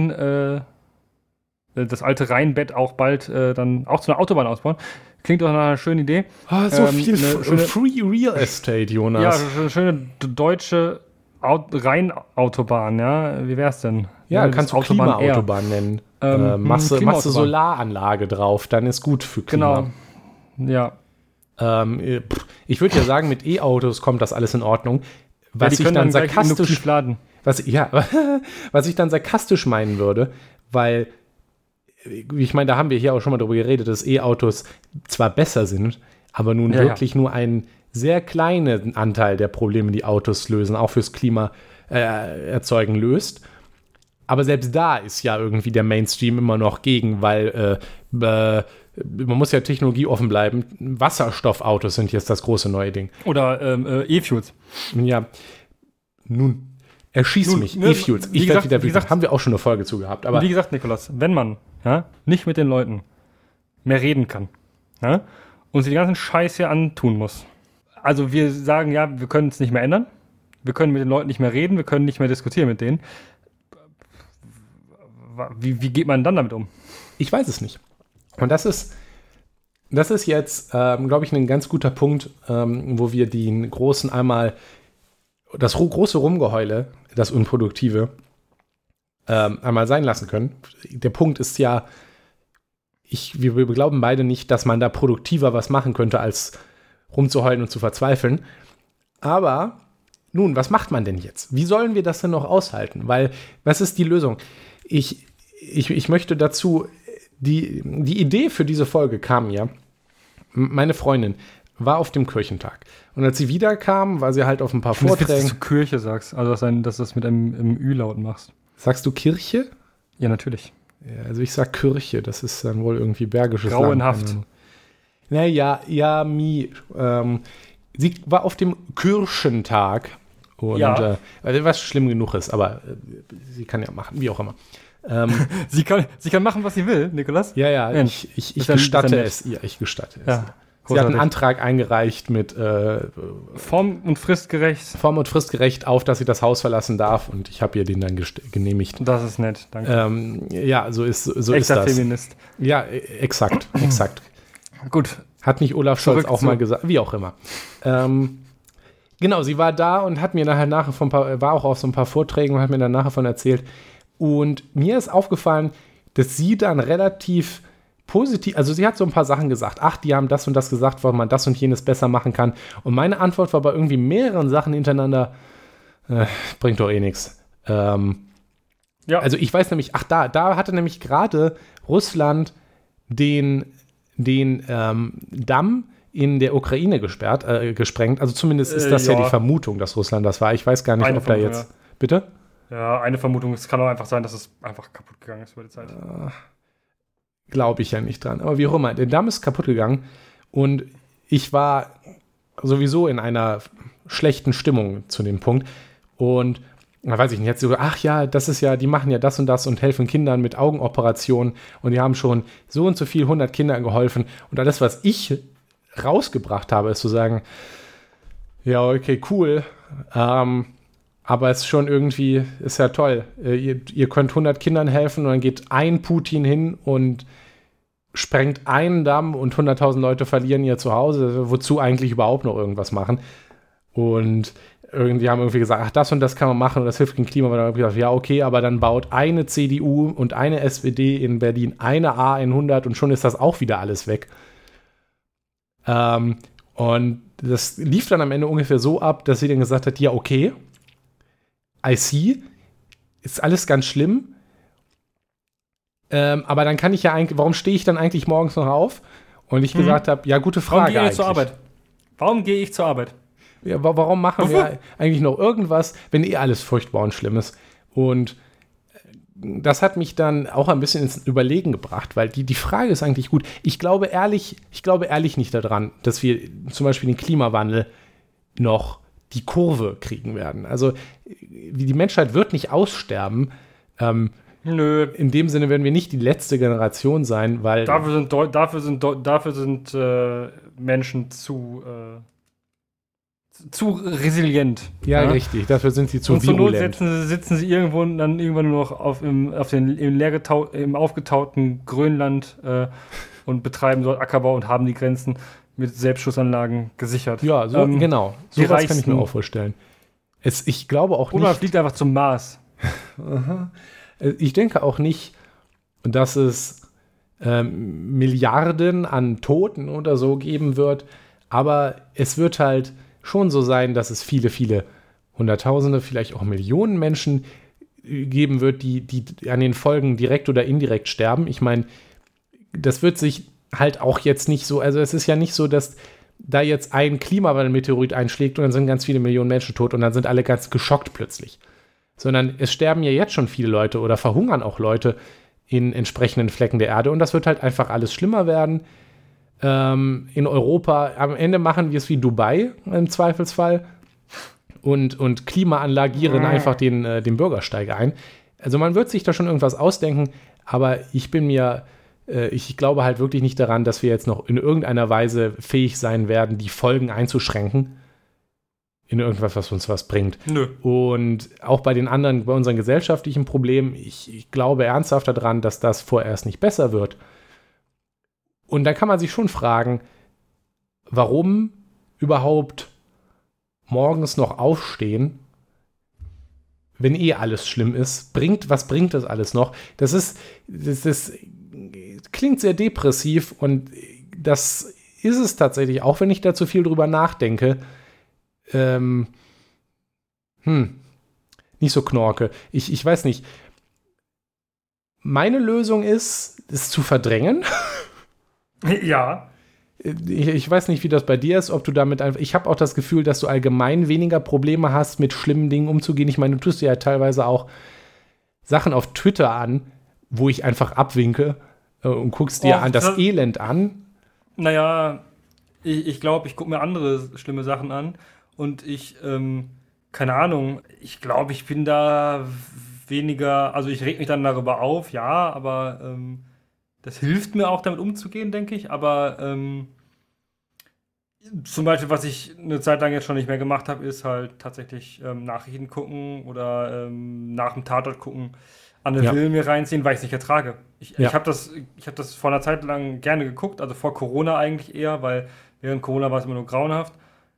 das alte Rheinbett auch bald dann auch zu einer Autobahn ausbauen. Klingt doch nach einer schönen Idee. So viel Free Real Estate, Jonas. Ja, eine schöne deutsche Rheinautobahn, ja. Wie wär's denn? Ja, kannst du Klimaautobahn nennen. Machst du Solaranlage drauf, dann ist gut für Klima. Genau, ja. Ich würde ja sagen, mit E-Autos kommt das alles in Ordnung. Was ich dann sarkastisch laden. Was ich dann sarkastisch meinen würde, weil ich meine, da haben wir hier auch schon mal drüber geredet, dass E-Autos zwar besser sind, aber nun wirklich nur einen sehr kleinen Anteil der Probleme, die Autos lösen, auch fürs Klima erzeugen, löst. Aber selbst da ist ja irgendwie der Mainstream immer noch gegen, weil man muss ja technologieoffen bleiben. Wasserstoffautos sind jetzt das große neue Ding. Oder E-Fuels. Ja, nun, erschieß mich, E-Fuels. Ich werde wieder wütend. Haben wir auch schon eine Folge zu gehabt. Aber wie gesagt, Nikolas, wenn man nicht mit den Leuten mehr reden kann und sich den ganzen Scheiß hier antun muss. Also wir sagen, wir können es nicht mehr ändern. Wir können mit den Leuten nicht mehr reden. Wir können nicht mehr diskutieren mit denen. Wie geht man dann damit um? Ich weiß es nicht. Und das ist jetzt, glaube ich, ein ganz guter Punkt, wo wir den großen das große Rumgeheule, das Unproduktive, einmal sein lassen können. Der Punkt ist ja, wir glauben beide nicht, dass man da produktiver was machen könnte, als rumzuheulen und zu verzweifeln. Aber nun, was macht man denn jetzt? Wie sollen wir das denn noch aushalten? Weil, was ist die Lösung? Ich möchte dazu, die Idee für diese Folge kam ja, meine Freundin war auf dem Kirchentag. Und als sie wiederkam, war sie halt auf ein paar Vorträgen. Dass du Kirche sagst, also dass du das mit einem Ü-Laut machst. Sagst du Kirche? Ja, natürlich. Ja, also ich sag Kirche, das ist dann wohl irgendwie bergisches Grauenhaft. Land. Naja, sie war auf dem Kirchentag. Und was schlimm genug ist, aber sie kann ja machen, wie auch immer. Sie kann machen, was sie will, Nikolas. Ja, ich gestatte es ihr. Ich gestatte es. Ja. Sie hat einen Antrag eingereicht mit Form- und fristgerecht auf, dass sie das Haus verlassen darf, und ich habe ihr den dann genehmigt. Das ist nett, danke. Ja, so ist das. Feminist. Ja, exakt. Gut. Hat nicht Olaf Scholz auch mal gesagt, wie auch immer. Genau, sie war da und hat mir nachher war auch auf so ein paar Vorträgen und hat mir dann nachher von erzählt. Und mir ist aufgefallen, dass sie dann relativ positiv, also sie hat so ein paar Sachen gesagt. Ach, die haben das und das gesagt, weil man das und jenes besser machen kann. Und meine Antwort war bei irgendwie mehreren Sachen hintereinander, bringt doch eh nichts. Ja. Also ich weiß nämlich, da hatte nämlich gerade Russland den Damm in der Ukraine gesprengt. Also zumindest ist das ja die Vermutung, dass Russland das war. Ich weiß gar nicht, ob da jetzt... Ja. Bitte? Ja, eine Vermutung. Es kann auch einfach sein, dass es einfach kaputt gegangen ist über die Zeit. Glaube ich ja nicht dran. Aber wie auch immer, der Damm ist kaputt gegangen und ich war sowieso in einer schlechten Stimmung zu dem Punkt. Und da weiß ich nicht, jetzt so, ach ja, das ist ja, die machen ja das und das und helfen Kindern mit Augenoperationen und die haben schon so und so viel 100 Kindern geholfen. Und alles, was ich rausgebracht habe, ist zu sagen, ja, okay, cool, aber es ist schon irgendwie, ist ja toll. Ihr könnt 100 Kindern helfen und dann geht ein Putin hin und sprengt einen Damm und 100.000 Leute verlieren ihr Zuhause. Wozu eigentlich überhaupt noch irgendwas machen? Und die haben irgendwie gesagt, ach, das und das kann man machen und das hilft gegen Klima. Und dann habe ich gesagt, ja, okay, aber dann baut eine CDU und eine SPD in Berlin eine A100 und schon ist das auch wieder alles weg. Und das lief dann am Ende ungefähr so ab, dass sie dann gesagt hat, ja, okay, I see, ist alles ganz schlimm, aber dann kann ich ja eigentlich, warum stehe ich dann eigentlich morgens noch auf? Und ich gesagt habe, ja, gute Frage. Warum gehe ich zur Arbeit? Ja, warum machen wir eigentlich noch irgendwas, wenn alles furchtbar und schlimm ist? Und das hat mich dann auch ein bisschen ins Überlegen gebracht, weil die Frage ist eigentlich gut. Ich glaube ehrlich nicht daran, dass wir zum Beispiel den Klimawandel noch die Kurve kriegen werden. Also die Menschheit wird nicht aussterben. Nö. In dem Sinne werden wir nicht die letzte Generation sein, weil dafür sind Menschen zu resilient. Ja, richtig. Dafür sind sie zu virulent. Und zur Not sitzen sie irgendwann nur noch im aufgetauten Grönland und betreiben dort Ackerbau und haben die Grenzen mit Selbstschussanlagen gesichert. Ja, genau. So was kann ich mir auch vorstellen. Ich glaube auch nicht... Oder man fliegt einfach zum Mars. Ich denke auch nicht, dass es Milliarden an Toten oder so geben wird, aber es wird halt schon so sein, dass es viele, viele Hunderttausende, vielleicht auch Millionen Menschen geben wird, die an den Folgen direkt oder indirekt sterben. Ich meine, das wird sich halt auch jetzt nicht so, also es ist ja nicht so, dass da jetzt ein Klimawandel-Meteorit einschlägt und dann sind ganz viele Millionen Menschen tot und dann sind alle ganz geschockt plötzlich. Sondern es sterben ja jetzt schon viele Leute oder verhungern auch Leute in entsprechenden Flecken der Erde und das wird halt einfach alles schlimmer werden. In Europa, am Ende machen wir es wie Dubai im Zweifelsfall und klimaanlagieren einfach den Bürgersteig ein. Also man wird sich da schon irgendwas ausdenken, aber ich glaube halt wirklich nicht daran, dass wir jetzt noch in irgendeiner Weise fähig sein werden, die Folgen einzuschränken in irgendwas, was uns was bringt. Nö. Und auch bei unseren gesellschaftlichen Problemen, ich glaube ernsthaft daran, dass das vorerst nicht besser wird. Und da kann man sich schon fragen, warum überhaupt morgens noch aufstehen, wenn alles schlimm ist? Was bringt das alles noch? Das klingt sehr depressiv und das ist es tatsächlich, auch wenn ich da zu viel drüber nachdenke. Nicht so knorke. Ich weiß nicht. Meine Lösung ist, es zu verdrängen. Ja. Ich weiß nicht, wie das bei dir ist, ob du damit einfach. Ich habe auch das Gefühl, dass du allgemein weniger Probleme hast, mit schlimmen Dingen umzugehen. Ich meine, du tust dir ja teilweise auch Sachen auf Twitter an, wo ich einfach abwinke und guckst dir das Elend an. Naja, Ich glaube, ich gucke mir andere schlimme Sachen an und keine Ahnung, ich glaube, ich bin da weniger, also ich reg mich dann darüber auf, ja, aber das hilft mir auch, damit umzugehen, denke ich, aber zum Beispiel, was ich eine Zeit lang jetzt schon nicht mehr gemacht habe, ist halt tatsächlich Nachrichten gucken oder nach dem Tatort gucken, Anne Will mir reinziehen, weil ich es nicht ertrage. Ich habe das vor einer Zeit lang gerne geguckt, also vor Corona eigentlich eher, weil während Corona war es immer nur grauenhaft.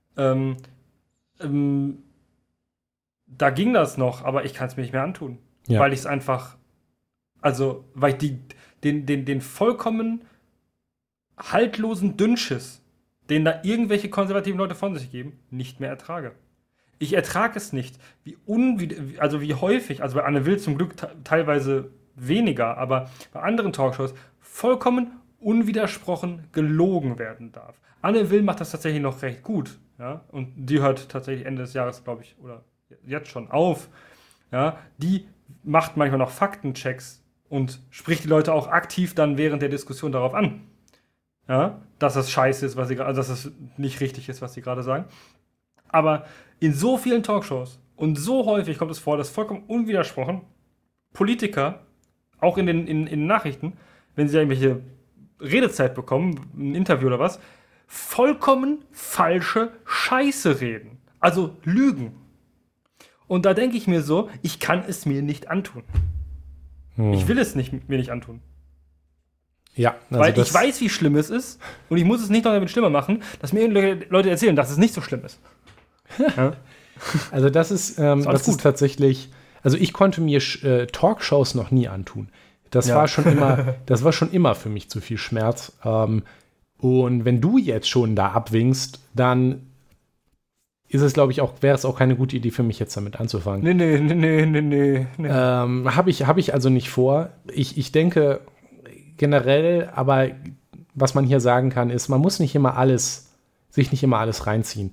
Da ging das noch, aber ich kann es mir nicht mehr antun. Ja. Weil ich es einfach, weil ich den vollkommen haltlosen Dünnschiss, den da irgendwelche konservativen Leute von sich geben, nicht mehr ertrage. Ich ertrage es nicht, wie häufig, also bei Anne Will zum Glück teilweise weniger, aber bei anderen Talkshows vollkommen unwidersprochen gelogen werden darf. Anne Will macht das tatsächlich noch recht gut, ja, und die hört tatsächlich Ende des Jahres, glaube ich, oder jetzt schon auf, ja, die macht manchmal noch Faktenchecks und spricht die Leute auch aktiv dann während der Diskussion darauf an. Ja, dass das scheiße ist, dass es nicht richtig ist, was sie gerade sagen. Aber in so vielen Talkshows und so häufig kommt es vor, dass vollkommen unwidersprochen Politiker, auch in den Nachrichten, wenn sie irgendwelche Redezeit bekommen, ein Interview oder was, vollkommen falsche Scheiße reden. Also lügen. Und da denke ich mir so, ich kann es mir nicht antun. Ich will es mir nicht antun. Ja, also weil ich weiß, wie schlimm es ist und ich muss es nicht noch damit schlimmer machen, dass mir Leute erzählen, dass es nicht so schlimm ist. Ja? Also das ist tatsächlich, also ich konnte mir Talkshows noch nie antun. Das war schon immer für mich zu viel Schmerz. Und wenn du jetzt schon da abwinkst, dann ist es, glaube ich, wäre es auch keine gute Idee für mich, jetzt damit anzufangen. Nee. Habe ich also nicht vor. Ich denke generell, aber was man hier sagen kann, ist, man muss sich nicht immer alles reinziehen.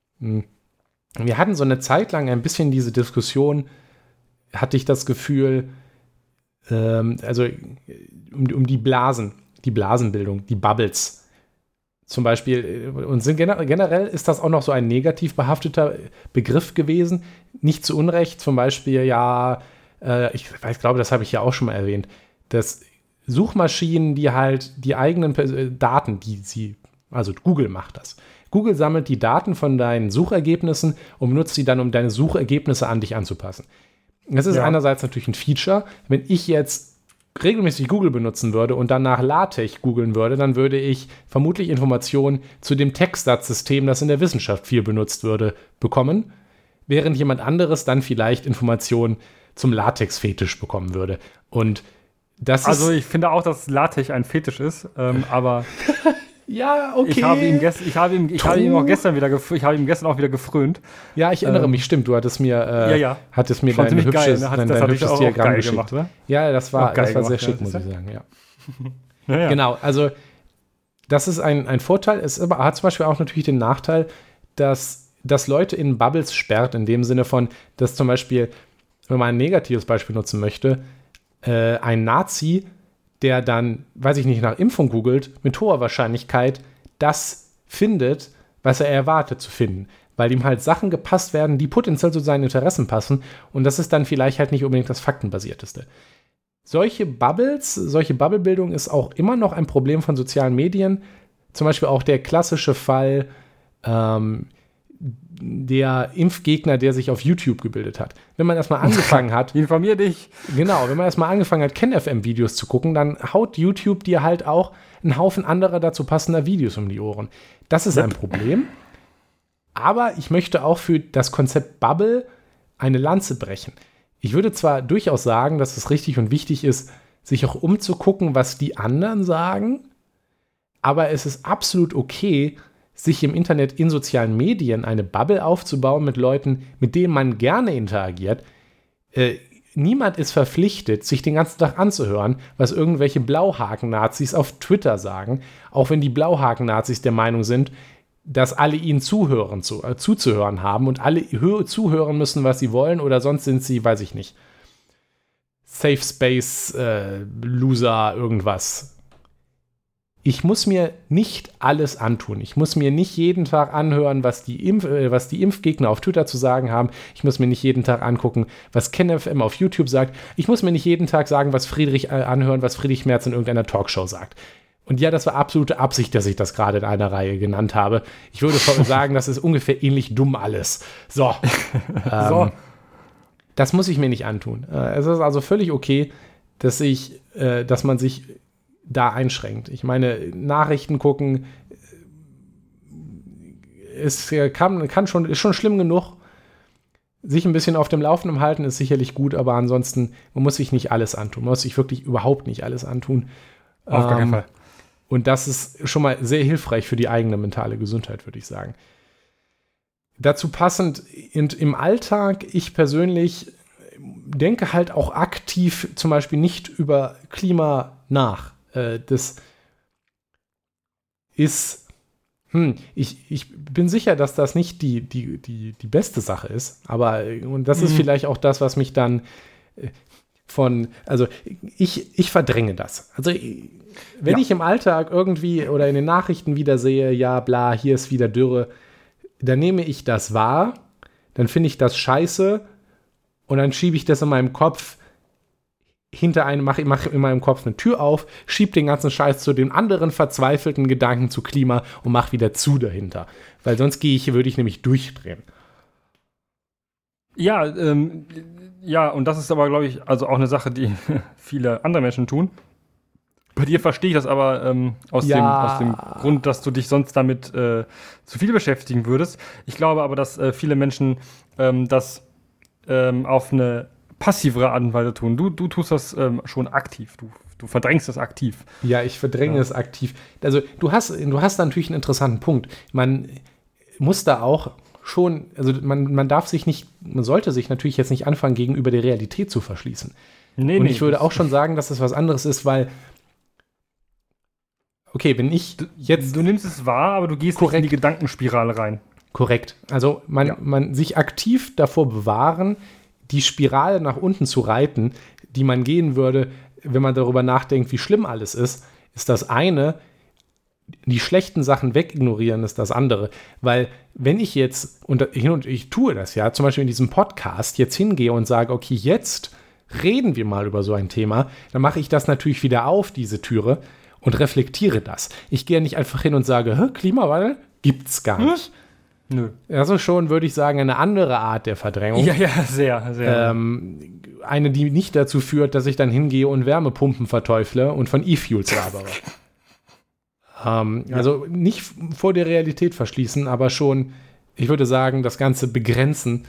Wir hatten so eine Zeit lang ein bisschen diese Diskussion, hatte ich das Gefühl, also um die Blasenbildung, die Bubbles zum Beispiel, und generell ist das auch noch so ein negativ behafteter Begriff gewesen, nicht zu Unrecht, zum Beispiel, ich glaube, das habe ich ja auch schon mal erwähnt, dass Suchmaschinen, die halt die eigenen Daten, also Google macht das. Google sammelt die Daten von deinen Suchergebnissen und benutzt sie dann, um deine Suchergebnisse an dich anzupassen. Das ist einerseits natürlich ein Feature. Wenn ich jetzt regelmäßig Google benutzen würde und dann nach LaTeX googeln würde, dann würde ich vermutlich Informationen zu dem Textsatzsystem, das in der Wissenschaft viel benutzt würde, bekommen, während jemand anderes dann vielleicht Informationen zum LaTeX-Fetisch bekommen würde. Und also ich finde auch, dass LaTeX ein Fetisch ist, aber ja, okay. Ich habe ihm gestern auch wieder gefrönt. Ja, ich erinnere mich, stimmt. Du hattest mir, dein hübsches Diagramm geschickt. Gemacht, oder? Ja, das war sehr schick, muss ich sagen. Ja. Genau, also das ist ein Vorteil. Es hat zum Beispiel auch natürlich den Nachteil, dass Leute in Bubbles sperrt, in dem Sinne von, dass zum Beispiel, wenn man ein negatives Beispiel nutzen möchte, ein Nazi, der dann, weiß ich nicht, nach Impfung googelt, mit hoher Wahrscheinlichkeit das findet, was er erwartet zu finden. Weil ihm halt Sachen gepasst werden, die potenziell zu seinen Interessen passen. Und das ist dann vielleicht halt nicht unbedingt das Faktenbasierteste. Solche Bubblebildung ist auch immer noch ein Problem von sozialen Medien. Zum Beispiel auch der klassische Fall, der Impfgegner, der sich auf YouTube gebildet hat. Wenn man erstmal angefangen hat... Informier dich! Genau, wenn man erstmal angefangen hat, KenFM-Videos zu gucken, dann haut YouTube dir halt auch einen Haufen anderer dazu passender Videos um die Ohren. Das ist ein Problem. Aber ich möchte auch für das Konzept Bubble eine Lanze brechen. Ich würde zwar durchaus sagen, dass es richtig und wichtig ist, sich auch umzugucken, was die anderen sagen, aber es ist absolut okay, sich im Internet in sozialen Medien eine Bubble aufzubauen mit Leuten, mit denen man gerne interagiert. Niemand ist verpflichtet, sich den ganzen Tag anzuhören, was irgendwelche Blauhaken-Nazis auf Twitter sagen, auch wenn die Blauhaken-Nazis der Meinung sind, dass alle ihnen zuzuhören haben und alle zuhören müssen, was sie wollen, oder sonst sind sie, weiß ich nicht, Safe Space, Loser, irgendwas. ich muss mir nicht alles antun. Ich muss mir nicht jeden Tag anhören, was die Impfgegner auf Twitter zu sagen haben. Ich muss mir nicht jeden Tag angucken, was KenFM auf YouTube sagt. Ich muss mir nicht jeden Tag sagen, was Friedrich Merz in irgendeiner Talkshow sagt. Und ja, das war absolute Absicht, dass ich das gerade in einer Reihe genannt habe. Ich würde sagen, das ist ungefähr ähnlich dumm alles. So. Das muss ich mir nicht antun. Es ist also völlig okay, dass man sich da einschränkt. Ich meine, Nachrichten gucken ist schon schlimm genug. Sich ein bisschen auf dem Laufenden halten ist sicherlich gut, aber ansonsten, man muss sich nicht alles antun. Man muss sich wirklich überhaupt nicht alles antun. Auf gar keinen Fall. Und das ist schon mal sehr hilfreich für die eigene mentale Gesundheit, würde ich sagen. Dazu passend im Alltag, ich persönlich denke halt auch aktiv zum Beispiel nicht über Klima nach. Das ist, ich bin sicher, dass das nicht die beste Sache ist, aber und das ist vielleicht auch das, was mich dann ich verdränge das. Also wenn ich im Alltag irgendwie oder in den Nachrichten wieder sehe, ja bla, hier ist wieder Dürre, dann nehme ich das wahr, dann finde ich das scheiße und dann schiebe ich das in meinem Kopf mache in meinem Kopf eine Tür auf, schiebe den ganzen Scheiß zu den anderen verzweifelten Gedanken zu Klima und mache wieder zu dahinter. Weil sonst würde ich nämlich durchdrehen. Ja, und das ist aber, glaube ich, also auch eine Sache, die viele andere Menschen tun. Bei dir verstehe ich das aber aus dem Grund, dass du dich sonst damit zu viel beschäftigen würdest. Ich glaube aber, dass viele Menschen das auf eine passivere Art und Weise tun. Du tust das schon aktiv. Du verdrängst das aktiv. Ja, ich verdränge es aktiv. Also du hast natürlich einen interessanten Punkt. Man muss da auch schon, also man sollte sich natürlich jetzt nicht anfangen, gegenüber der Realität zu verschließen. Und ich würde auch schon sagen, dass das was anderes ist, weil okay, wenn ich jetzt... Du nimmst es wahr, aber du gehst nicht in die Gedankenspirale rein. Korrekt. Also man sich aktiv davor bewahren, die Spirale nach unten zu reiten, die man gehen würde, wenn man darüber nachdenkt, wie schlimm alles ist das eine. Die schlechten Sachen wegignorieren ist das andere. Weil wenn ich jetzt, und ich tue das ja, zum Beispiel in diesem Podcast, jetzt hingehe und sage, okay, jetzt reden wir mal über so ein Thema, dann mache ich das natürlich wieder auf, diese Türe, und reflektiere das. Ich gehe nicht einfach hin und sage, Klimawandel gibt's gar nicht. Nö. Das ist schon, würde ich sagen, eine andere Art der Verdrängung. Ja, sehr, sehr. Eine, die nicht dazu führt, dass ich dann hingehe und Wärmepumpen verteufle und von E-Fuels labere. Also nicht vor der Realität verschließen, aber schon, ich würde sagen, das Ganze begrenzen.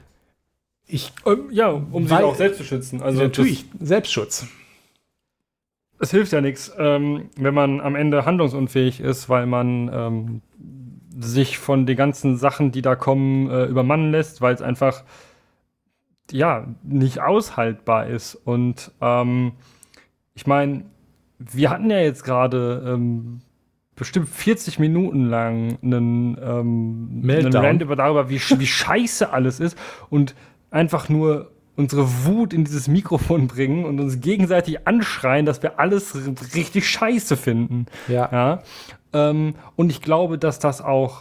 Um sich auch selbst zu schützen. Also natürlich, Selbstschutz. Es hilft ja nichts, wenn man am Ende handlungsunfähig ist, weil man sich von den ganzen Sachen, die da kommen, übermannen lässt, weil es einfach nicht aushaltbar ist. Und ich meine, wir hatten ja jetzt gerade bestimmt 40 Minuten lang einen Rant darüber, wie scheiße alles ist und einfach nur unsere Wut in dieses Mikrofon bringen und uns gegenseitig anschreien, dass wir alles richtig scheiße finden. Ja. Und ich glaube, dass das auch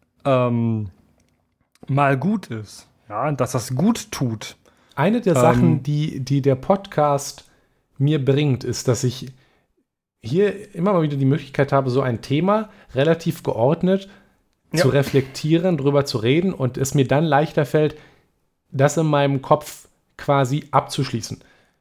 mal gut ist. Ja, dass das gut tut. Eine der Sachen, die der Podcast mir bringt, ist, dass ich hier immer mal wieder die Möglichkeit habe, so ein Thema relativ geordnet zu reflektieren, drüber zu reden und es mir dann leichter fällt, das in meinem Kopf quasi abzuschließen.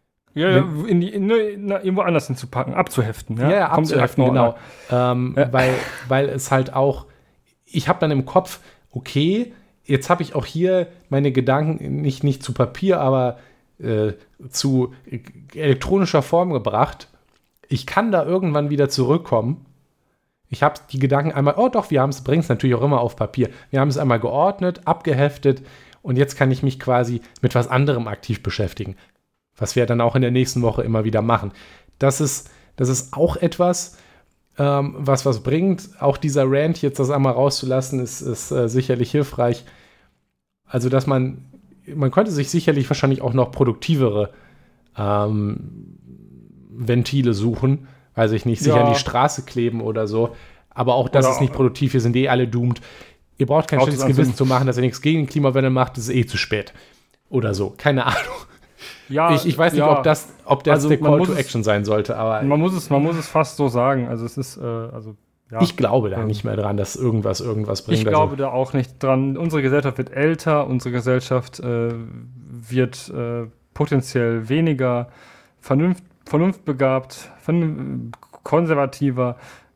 Irgendwo anders hinzupacken, abzuheften. Ja, abzuheften, genau. Weil es halt auch, ich habe dann im Kopf, okay, jetzt habe ich auch hier meine Gedanken nicht zu Papier, aber zu elektronischer Form gebracht. Ich kann da irgendwann wieder zurückkommen. Ich habe die Gedanken einmal, bringen es natürlich auch immer auf Papier. Wir haben es einmal geordnet, abgeheftet und jetzt kann ich mich quasi mit was anderem aktiv beschäftigen. Was wir dann auch in der nächsten Woche immer wieder machen. Das ist auch etwas, was bringt. Auch dieser Rant, jetzt das einmal rauszulassen, ist sicherlich hilfreich. Also, dass man könnte sich sicherlich wahrscheinlich auch noch produktivere Ventile suchen, weiß ich nicht, sich an die Straße kleben oder so. Aber auch das ist nicht produktiv, wir sind alle doomed. Ihr braucht kein schlechtes Gewissen zu machen, dass ihr nichts gegen den Klimawandel macht, das ist zu spät. Oder so, keine Ahnung. Ja, ich weiß nicht, ob das der Call to Action sein sollte, aber man muss es fast so sagen. Also es ist, ich glaube da nicht mehr dran, dass irgendwas bringt. Ich glaube da auch nicht dran. Unsere Gesellschaft wird älter, unsere Gesellschaft wird potenziell weniger vernunftbegabt, konservativer.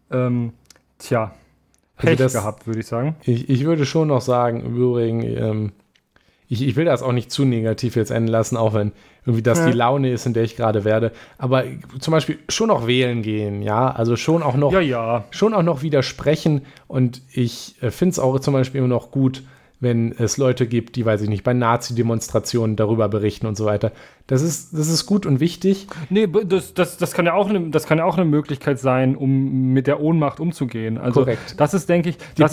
Pech gehabt, würde ich sagen. Ich würde schon noch sagen, im Übrigen, ich will das auch nicht zu negativ jetzt enden lassen, auch wenn irgendwie das die Laune ist, in der ich gerade werde. Aber zum Beispiel schon noch wählen gehen, ja, also schon auch noch widersprechen. Und ich finde es auch zum Beispiel immer noch gut, wenn es Leute gibt, die, weiß ich nicht, bei Nazi-Demonstrationen darüber berichten und so weiter. Das ist gut und wichtig. Nee, das kann ja auch eine Möglichkeit sein, um mit der Ohnmacht umzugehen. Also korrekt. Das ist, denke ich, das,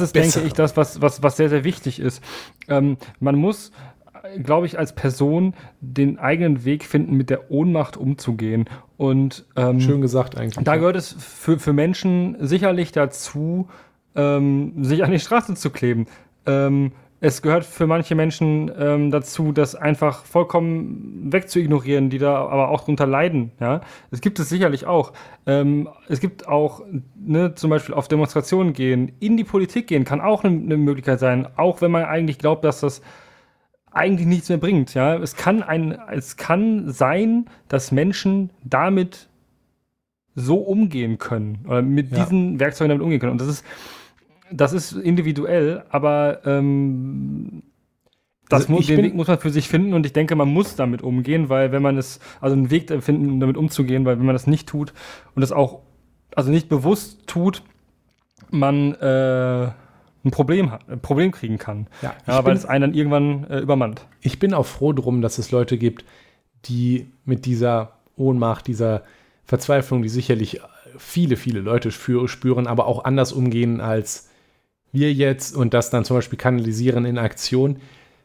was sehr, sehr wichtig ist. Man muss, glaube ich, als Person den eigenen Weg finden, mit der Ohnmacht umzugehen. Und schön gesagt eigentlich. Da gehört es für Menschen sicherlich dazu, sich an die Straße zu kleben. Es gehört für manche Menschen dazu, das einfach vollkommen wegzuignorieren, die da aber auch drunter leiden. Ja? Es gibt es sicherlich auch. Es gibt auch, zum Beispiel auf Demonstrationen gehen, in die Politik gehen, kann auch eine Möglichkeit sein, auch wenn man eigentlich glaubt, dass das eigentlich nichts mehr bringt. Ja? Es kann sein, dass Menschen damit so umgehen können oder mit diesen Werkzeugen damit umgehen können. Und das ist individuell, aber den Weg muss man für sich finden und ich denke, man muss damit umgehen, weil wenn man einen Weg finden, damit umzugehen, weil wenn man das nicht tut und das auch, nicht bewusst tut, man ein Problem kriegen kann. Weil es einen dann irgendwann übermannt. Ich bin auch froh drum, dass es Leute gibt, die mit dieser Ohnmacht, dieser Verzweiflung, die sicherlich viele, viele Leute spüren, aber auch anders umgehen als wir jetzt und das dann zum Beispiel kanalisieren in Aktion.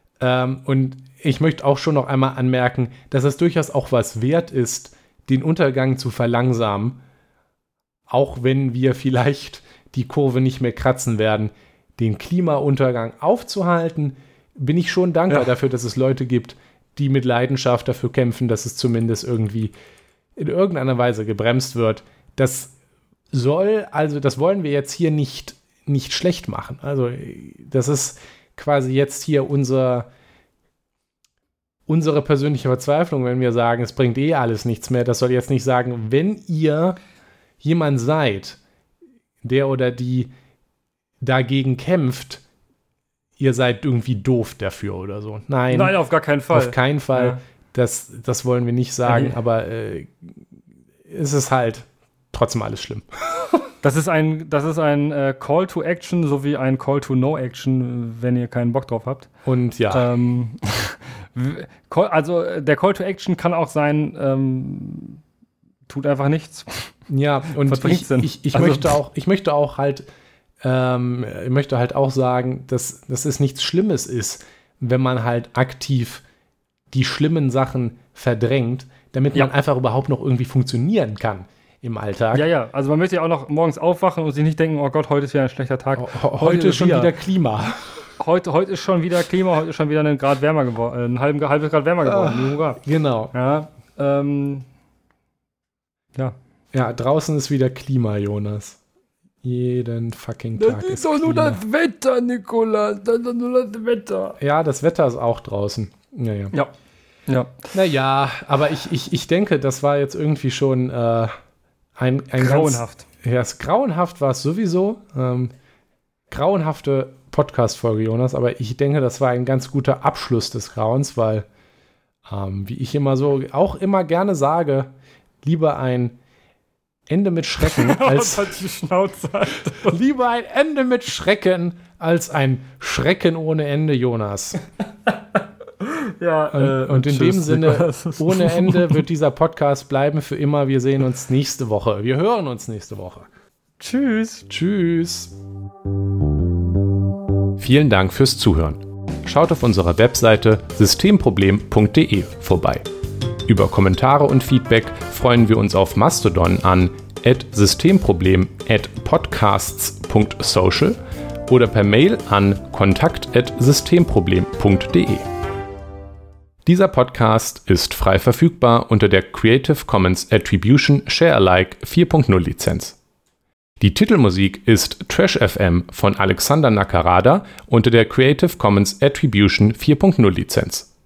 Und ich möchte auch schon noch einmal anmerken, dass es durchaus auch was wert ist, den Untergang zu verlangsamen, auch wenn wir vielleicht die Kurve nicht mehr kratzen werden, den Klimauntergang aufzuhalten, bin ich schon dankbar dafür, dass es Leute gibt, die mit Leidenschaft dafür kämpfen, dass es zumindest irgendwie in irgendeiner Weise gebremst wird. Das wollen wir jetzt hier nicht schlecht machen. Also das ist quasi jetzt hier unsere persönliche Verzweiflung, wenn wir sagen, es bringt alles nichts mehr. Das soll jetzt nicht sagen, wenn ihr jemand seid, der oder die dagegen kämpft, ihr seid irgendwie doof dafür oder so. Nein, auf gar keinen Fall. Auf keinen Fall. Ja. Das wollen wir nicht sagen, aber es ist halt trotzdem alles schlimm. Das ist ein Call to Action sowie ein Call to No Action, wenn ihr keinen Bock drauf habt. Und also der Call to Action kann auch sein, tut einfach nichts. Ja, und ich möchte halt auch sagen, dass es nichts Schlimmes ist, wenn man halt aktiv die schlimmen Sachen verdrängt, damit man einfach überhaupt noch irgendwie funktionieren kann im Alltag. Ja, also man möchte ja auch noch morgens aufwachen und sich nicht denken, oh Gott, heute ist wieder ein schlechter Tag. Heute ist schon wieder Klima. Heute ist schon wieder Klima, heute ist schon wieder ein Grad wärmer geworden, halbes Grad wärmer geworden. Genau. Ja, draußen ist wieder Klima, Jonas. Jeden fucking Tag ist doch nur das Wetter, Nikolas. Das ist doch nur das Wetter. Ja, das Wetter ist auch draußen. Ja. Naja, aber ich denke, das war jetzt irgendwie schon ein grauenhaft. Grauenhaft war es sowieso. Grauenhafte Podcast-Folge, Jonas. Aber ich denke, das war ein ganz guter Abschluss des Grauens, weil, wie ich immer gerne sage, lieber ein Ende mit Schrecken als die Schnauze, lieber ein Ende mit Schrecken als ein Schrecken ohne Ende, Jonas. Und in dem Sinne, ohne Ende wird dieser Podcast bleiben für immer. Wir sehen uns nächste Woche. Wir hören uns nächste Woche. Tschüss. Vielen Dank fürs Zuhören. Schaut auf unserer Webseite systemproblem.de vorbei. Über Kommentare und Feedback freuen wir uns auf Mastodon an systemproblem@podcasts.social oder per Mail an kontakt@systemproblem.de. Dieser Podcast ist frei verfügbar unter der Creative Commons Attribution Share Alike 4.0 Lizenz. Die Titelmusik ist Trash FM von Alexander Nakarada unter der Creative Commons Attribution 4.0 Lizenz.